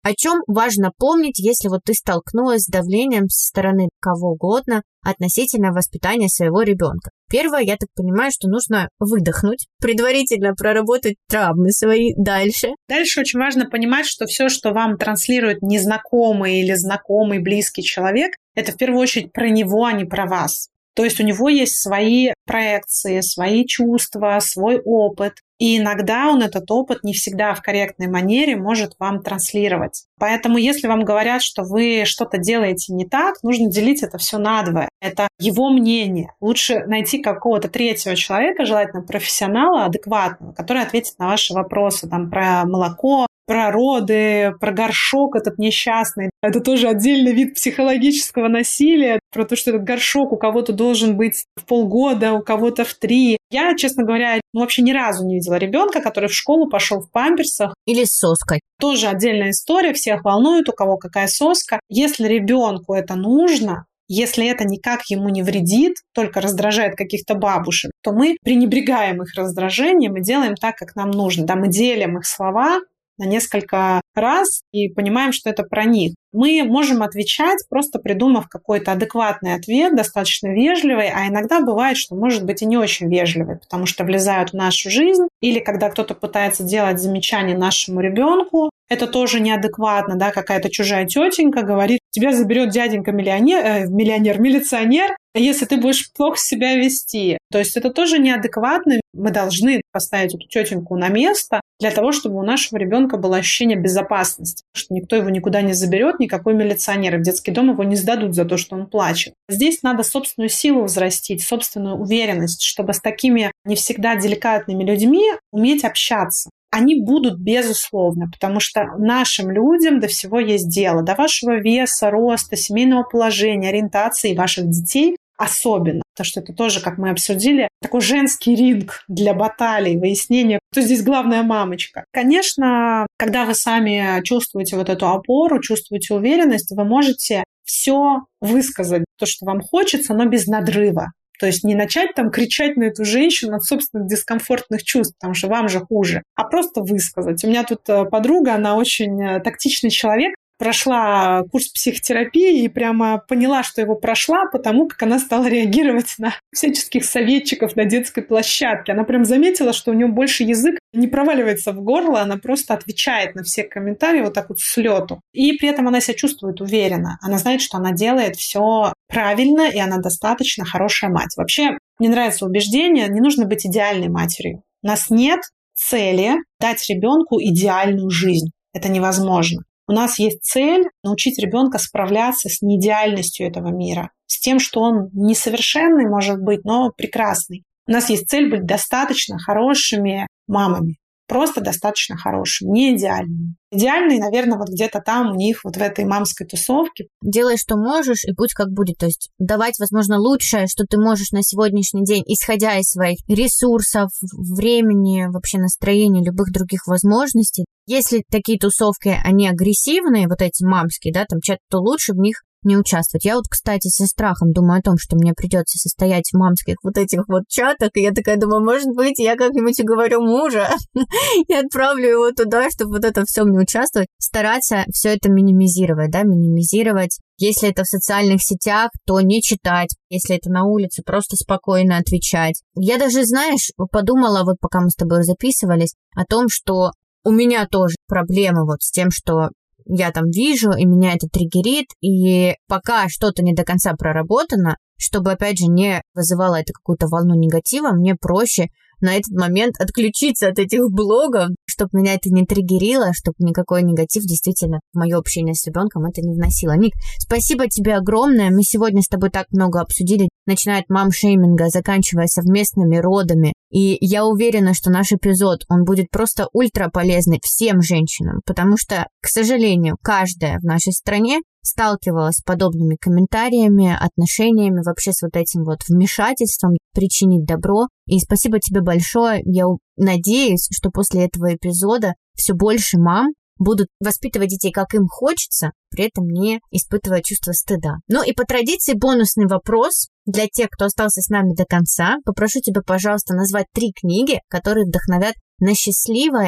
О чем важно помнить, если вот ты столкнулась с давлением со стороны кого угодно относительно воспитания своего ребенка? Первое, я так понимаю, что нужно выдохнуть, предварительно проработать травмы свои дальше. Дальше очень важно понимать, что все, что вам транслирует незнакомый или знакомый, близкий человек, это в первую очередь про него, а не про вас. То есть у него есть свои проекции, свои чувства, свой опыт. И иногда он этот опыт не всегда в корректной манере может вам транслировать. Поэтому если вам говорят, что вы что-то делаете не так, нужно делить это все надвое. Это его мнение. Лучше найти какого-то третьего человека, желательно профессионала, адекватного, который ответит на ваши вопросы там, про молоко, про роды, про горшок этот несчастный. Это тоже отдельный вид психологического насилия, про то, что этот горшок у кого-то должен быть в полгода, у кого-то в три. Я, честно говоря, ну, вообще ни разу не видела ребенка, который в школу пошел в памперсах. Или с соской. Тоже отдельная история, всех волнует, у кого какая соска. Если ребенку это нужно, если это никак ему не вредит, только раздражает каких-то бабушек, то мы пренебрегаем их раздражением и делаем так, как нам нужно. Да, мы делим их слова на несколько раз и понимаем, что это про них. Мы можем отвечать, просто придумав какой-то адекватный ответ, достаточно вежливый, а иногда бывает, что может быть и не очень вежливый, потому что влезают в нашу жизнь, или когда кто-то пытается делать замечание нашему ребенку, это тоже неадекватно, да, какая-то чужая тетенька говорит, тебя заберет дяденька-миллионер, э, миллионер, милиционер, если ты будешь плохо себя вести. То есть это тоже неадекватно. Мы должны поставить эту тетеньку на место для того, чтобы у нашего ребенка было ощущение безопасности, что никто его никуда не заберет, никакой милиционер, и в детский дом его не сдадут за то, что он плачет. Здесь надо собственную силу взрастить, собственную уверенность, чтобы с такими не всегда деликатными людьми уметь общаться. Они будут, безусловно, потому что нашим людям до всего есть дело. До вашего веса, роста, семейного положения, ориентации ваших детей особенно. Потому что это тоже, как мы обсудили, такой женский ринг для баталий, выяснения, кто здесь главная мамочка. Конечно, когда вы сами чувствуете вот эту опору, чувствуете уверенность, вы можете все высказать, то, что вам хочется, но без надрыва. То есть не начать там кричать на эту женщину от собственных дискомфортных чувств, потому что вам же хуже, а просто высказать. У меня тут подруга, она очень тактичный человек, прошла курс психотерапии и прямо поняла, что его прошла, потому как она стала реагировать на всяческих советчиков на детской площадке. Она прям заметила, что у нее больше язык не проваливается в горло, она просто отвечает на все комментарии вот так вот с лету. И при этом она себя чувствует уверенно. Она знает, что она делает все правильно, и она достаточно хорошая мать. Вообще, мне нравится убеждение, не нужно быть идеальной матерью. У нас нет цели дать ребенку идеальную жизнь. Это невозможно. У нас есть цель научить ребенка справляться с неидеальностью этого мира, с тем, что он несовершенный, может быть, но прекрасный. У нас есть цель быть достаточно хорошими мамами, просто достаточно хорошими, не идеальными. Идеальные, наверное, вот где-то там у них, вот в этой мамской тусовке. Делай, что можешь, и будь как будет. То есть давать, возможно, лучшее, что ты можешь на сегодняшний день, исходя из своих ресурсов, времени, вообще настроения, любых других возможностей. Если такие тусовки, они агрессивные, вот эти мамские, да, там чат, то лучше в них не участвовать. Я вот, кстати, со страхом думаю о том, что мне придется состоять в мамских вот этих вот чатах, и я такая думаю, может быть, я как-нибудь уговорю мужа и отправлю его туда, чтобы вот это все мне участвовать. Стараться все это минимизировать, да, минимизировать. Если это в социальных сетях, то не читать. Если это на улице, просто спокойно отвечать. Я даже, знаешь, подумала, вот пока мы с тобой записывались, о том, что у меня тоже проблемы вот с тем, что я там вижу, и меня это триггерит, и пока что-то не до конца проработано, чтобы, опять же, не вызывало это какую-то волну негатива, мне проще на этот момент отключиться от этих блогов, чтобы меня это не триггерило, чтобы никакой негатив действительно в мое общение с ребенком это не вносило. Ник, спасибо тебе огромное. Мы сегодня с тобой так много обсудили, начиная от мам-шейминга, заканчивая совместными родами. И я уверена, что наш эпизод, он будет просто ультра полезный всем женщинам, потому что, к сожалению, каждая в нашей стране сталкивалась с подобными комментариями, отношениями, вообще с вот этим вот вмешательством, причинить добро. И спасибо тебе большое. Я надеюсь, что после этого эпизода все больше мам будут воспитывать детей, как им хочется, при этом не испытывая чувство стыда. Ну и по традиции бонусный вопрос для тех, кто остался с нами до конца. Попрошу тебя, пожалуйста, назвать три книги, которые вдохновят на счастливое и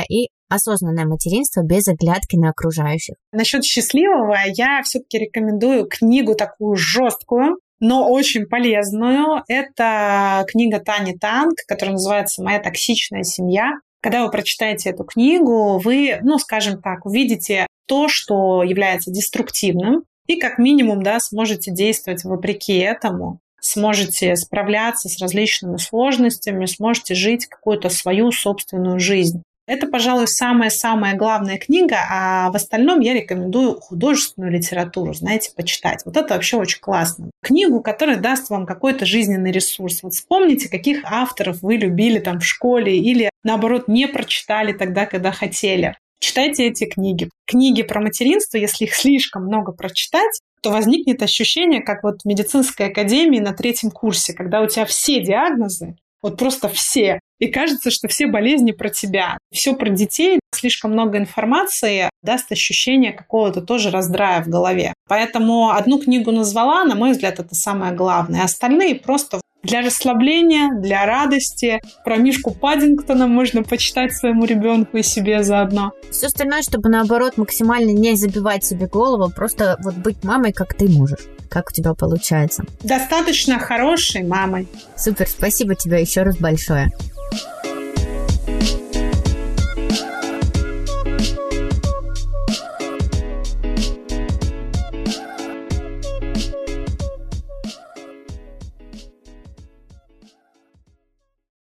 осознанное материнство без оглядки на окружающих. Насчет счастливого я все-таки рекомендую книгу такую жесткую, но очень полезную. Это книга Тани Танг, которая называется «Моя токсичная семья». Когда вы прочитаете эту книгу, вы, ну, скажем так, увидите то, что является деструктивным, и как минимум, да, сможете действовать вопреки этому, сможете справляться с различными сложностями, сможете жить какую-то свою собственную жизнь. Это, пожалуй, самая-самая главная книга, а в остальном я рекомендую художественную литературу, знаете, почитать. Вот это вообще очень классно. Книгу, которая даст вам какой-то жизненный ресурс. Вот вспомните, каких авторов вы любили там в школе или, наоборот, не прочитали тогда, когда хотели. Читайте эти книги. Книги про материнство, если их слишком много прочитать, то возникнет ощущение, как вот в медицинской академии на третьем курсе, когда у тебя все диагнозы, вот просто все. И кажется, что все болезни про тебя. Все про детей. Слишком много информации даст ощущение какого-то тоже раздрая в голове. Поэтому одну книгу назвала, на мой взгляд, это самое главное. Остальные просто для расслабления, для радости. Про Мишку Паддингтона можно почитать своему ребенку и себе заодно. Все остальное, чтобы, наоборот, максимально не забивать себе голову, просто вот быть мамой, как ты можешь. Как у тебя получается? Достаточно хорошей мамой. Супер, спасибо тебе еще раз большое.